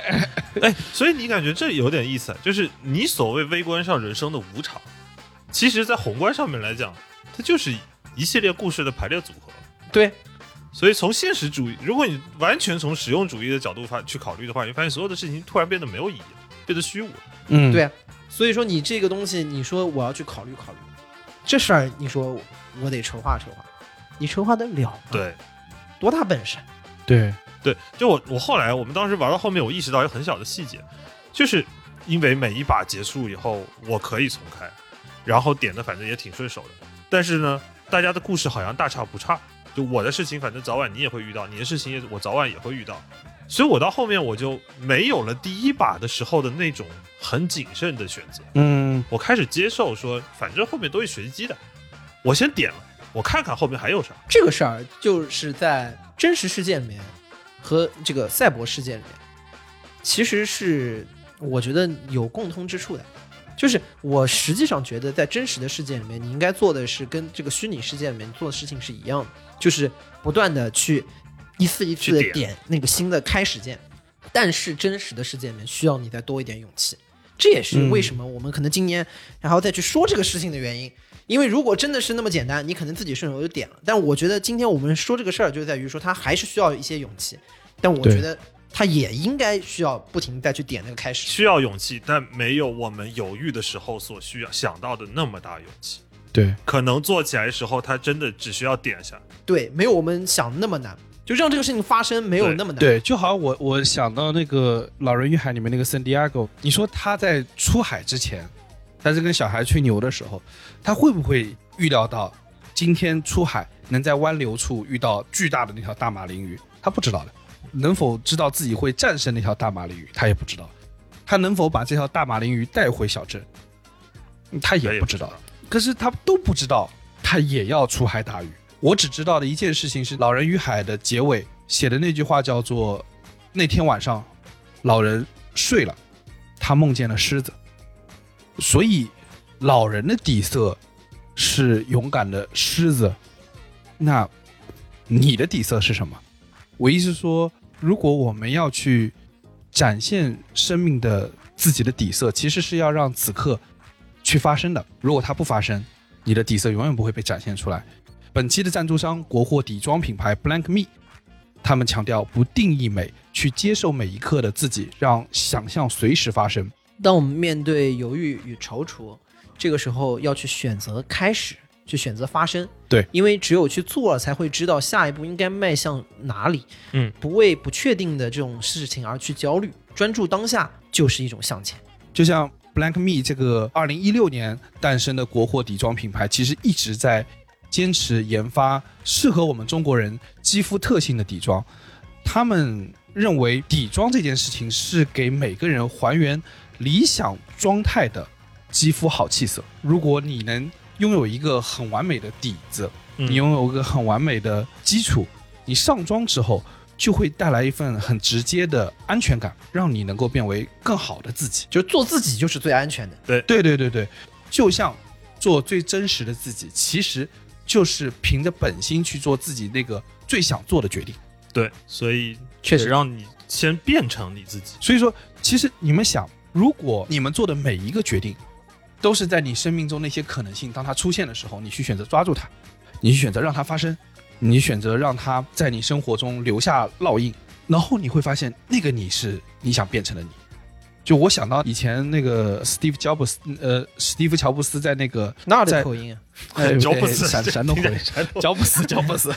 哎，所以你感觉这有点意思，就是你所谓微观上人生的无常，其实在宏观上面来讲，它就是一系列故事的排列组合。 对， 所以从现实主义，如果你完全从实用主义的角度去考虑的话，你发现所有的事情突然变得没有意义，变得虚无。 嗯， 对啊，所以说你这个东西，你说我要去考虑考虑，这事儿你说我得筹划筹划，你筹划得了吗？ 对， 多大本事？ 对对，就我我后来我们当时玩到后面，我意识到一个很小的细节，就是因为每一把结束以后，我可以重开，然后点的反正也挺顺手的，但是呢，大家的故事好像大差不差。就我的事情，反正早晚你也会遇到，你的事情也我早晚也会遇到，所以我到后面我就没有了第一把的时候的那种很谨慎的选择。 嗯， 我开始接受说，反正后面都是随机的，我先点了，我看看后面还有啥。 这个事儿就是在真实世界里面和这个赛博世界里面，其实是我觉得有共通之处的。就是我实际上觉得在真实的世界里面，你应该做的是跟这个虚拟世界里面做的事情是一样的，就是不断的去一次一次的点那个新的开始键。但是真实的世界里面需要你再多一点勇气，这也是为什么我们可能今年然后再去说这个事情的原因。因为如果真的是那么简单，你可能自己顺手就点了。但我觉得今天我们说这个事儿就在于说，它还是需要一些勇气。但我觉得他也应该需要不停再去点那个开始， 需要勇气，但没有我们犹豫的时候所需要想到的那么大勇气。 对， 可能做起来的时候，他真的只需要点一下。 对，没有我们想那么难，就让这个事情发生没有那么难。 对，就好像我我想到那个《老人与海》里面那个圣地亚哥，你说他在出海之前，他是跟小孩吹牛的时候，他会不会预料到今天出海能在湾流处遇到巨大的那条大马林鱼？他不知道的。能否知道自己会战胜那条大马林鱼，他也不知道。他能否把这条大马林鱼带回小镇，他也不知道。可是他都不知道，他也要出海打鱼。我只知道的一件事情是，《老人与海》的结尾写的那句话叫做：那天晚上，老人睡了，他梦见了狮子。所以，老人的底色是勇敢的狮子，那你的底色是什么？我意思是说，如果我们要去展现生命的自己的底色，其实是要让此刻去发生的。如果它不发生，你的底色永远不会被展现出来。本期的赞助商国货底妆品牌 Blank Me， 他们强调不定义美，去接受每一刻的自己，让想象随时发生。 当我们面对犹豫与踌躇，这个时候要去选择开始，去选择发生。 对， 因为只有去做了，才会知道下一步应该迈向哪里。 嗯， 不为不确定的这种事情而去焦虑，专注当下就是一种向前。 就像 Blank Me 这个二零一六年诞生的国货底妆品牌，其实一直在坚持研发适合我们中国人肌肤特性的底妆。他们认为底妆这件事情是给每个人还原理想妆态的肌肤好气色。如果你能拥有一个很完美的底子，你拥有一个很完美的基础，你上妆之后就会带来一份很直接的安全感，让你能够变为更好的自己。 就是做自己就是最安全的。 对对对对对，就像做最真实的自己，其实就是凭着本心去做自己那个最想做的决定。 对，所以确实让你先变成你自己。 所以说，其实你们想，如果你们做的每一个决定都是在你生命中那些可能性当它出现的时候，你去选择抓住它，你去选择让它发生，你选择让它在你生活中留下烙印，然后你会发现那个你是你想变成的你。就我想到以前那个 Steve Jobs， 呃，史蒂夫乔布斯在那个哪儿的口音啊？ 呃， 乔布斯山山东口音，乔布斯，乔布斯，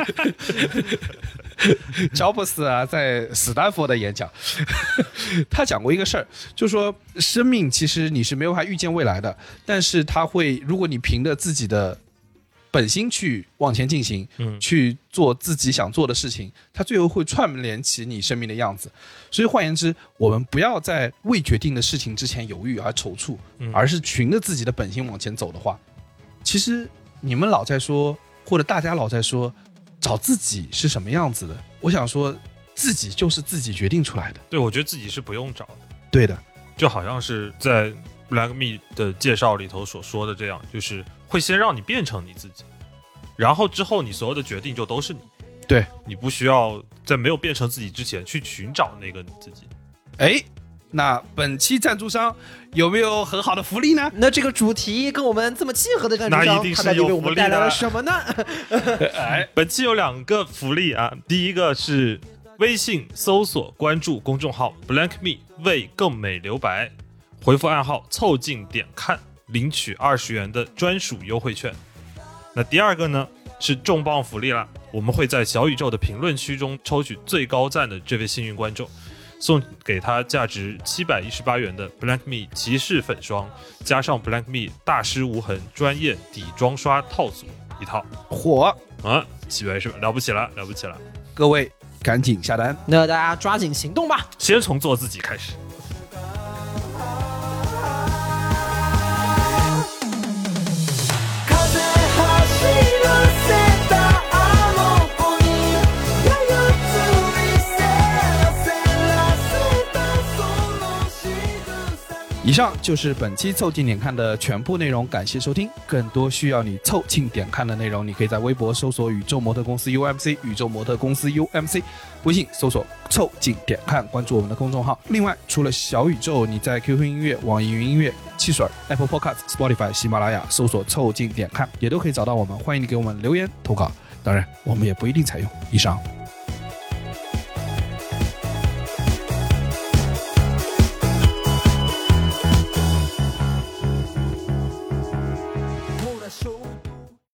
乔布斯啊，在斯坦福的演讲，他讲过一个事儿，就是说生命其实你是没有办法预见未来的，但是他会，如果你凭着自己的本心去往前进行， 嗯， 去做自己想做的事情，它最后会串联起你生命的样子。所以换言之，我们不要在未决定的事情之前犹豫而踌躇， 嗯而是循着自己的本心往前走的话，其实你们老在说，或者大家老在说找自己是什么样子的，我想说自己就是自己决定出来的。 对，我觉得自己是不用找的。 对的， 就好像是在 Blank Me 的介绍里头所说的这样，就是会先让你变成你自己，然后之后你所有的决定就都是你。 对， 你不需要在没有变成自己之前去寻找那个你自己。 哎， 那本期赞助商有没有很好的福利呢？ 那这个主题跟我们这么契合的赞助那商， 一定是有他到底为我们带来了福利的什么呢？ 哎，本期有两个福利啊，第一个是微信搜索关注公众号 Blank Me 为更美留白，回复暗号凑近点看，领取二十元的专属优惠券。那第二个呢是重磅福利了，我们会在小宇宙的评论区中抽取最高赞的这位幸运观众，送给他价值七百一十八元的 Blank Me 骑士粉霜，加上 Blank Me 大师无痕专业底妆刷套组一套。 火啊，七百一十八，了不起了，了不起了！ 各位赶紧下单。 那大家抓紧行动吧。 先从做自己开始。 以上就是本期凑近点看的全部内容，感谢收听。更多需要你凑近点看的内容，你可以在微博搜索宇宙模特公司 U M C 宇宙模特公司 U M C， 微信搜索凑近点看，关注我们的公众号。另外除了小宇宙，你在 Q Q 音乐、网易云音乐、汽水、Apple Podcast、Spotify、喜马拉雅搜索凑近点看也都可以找到我们，欢迎你给我们留言投稿，当然我们也不一定采用。以上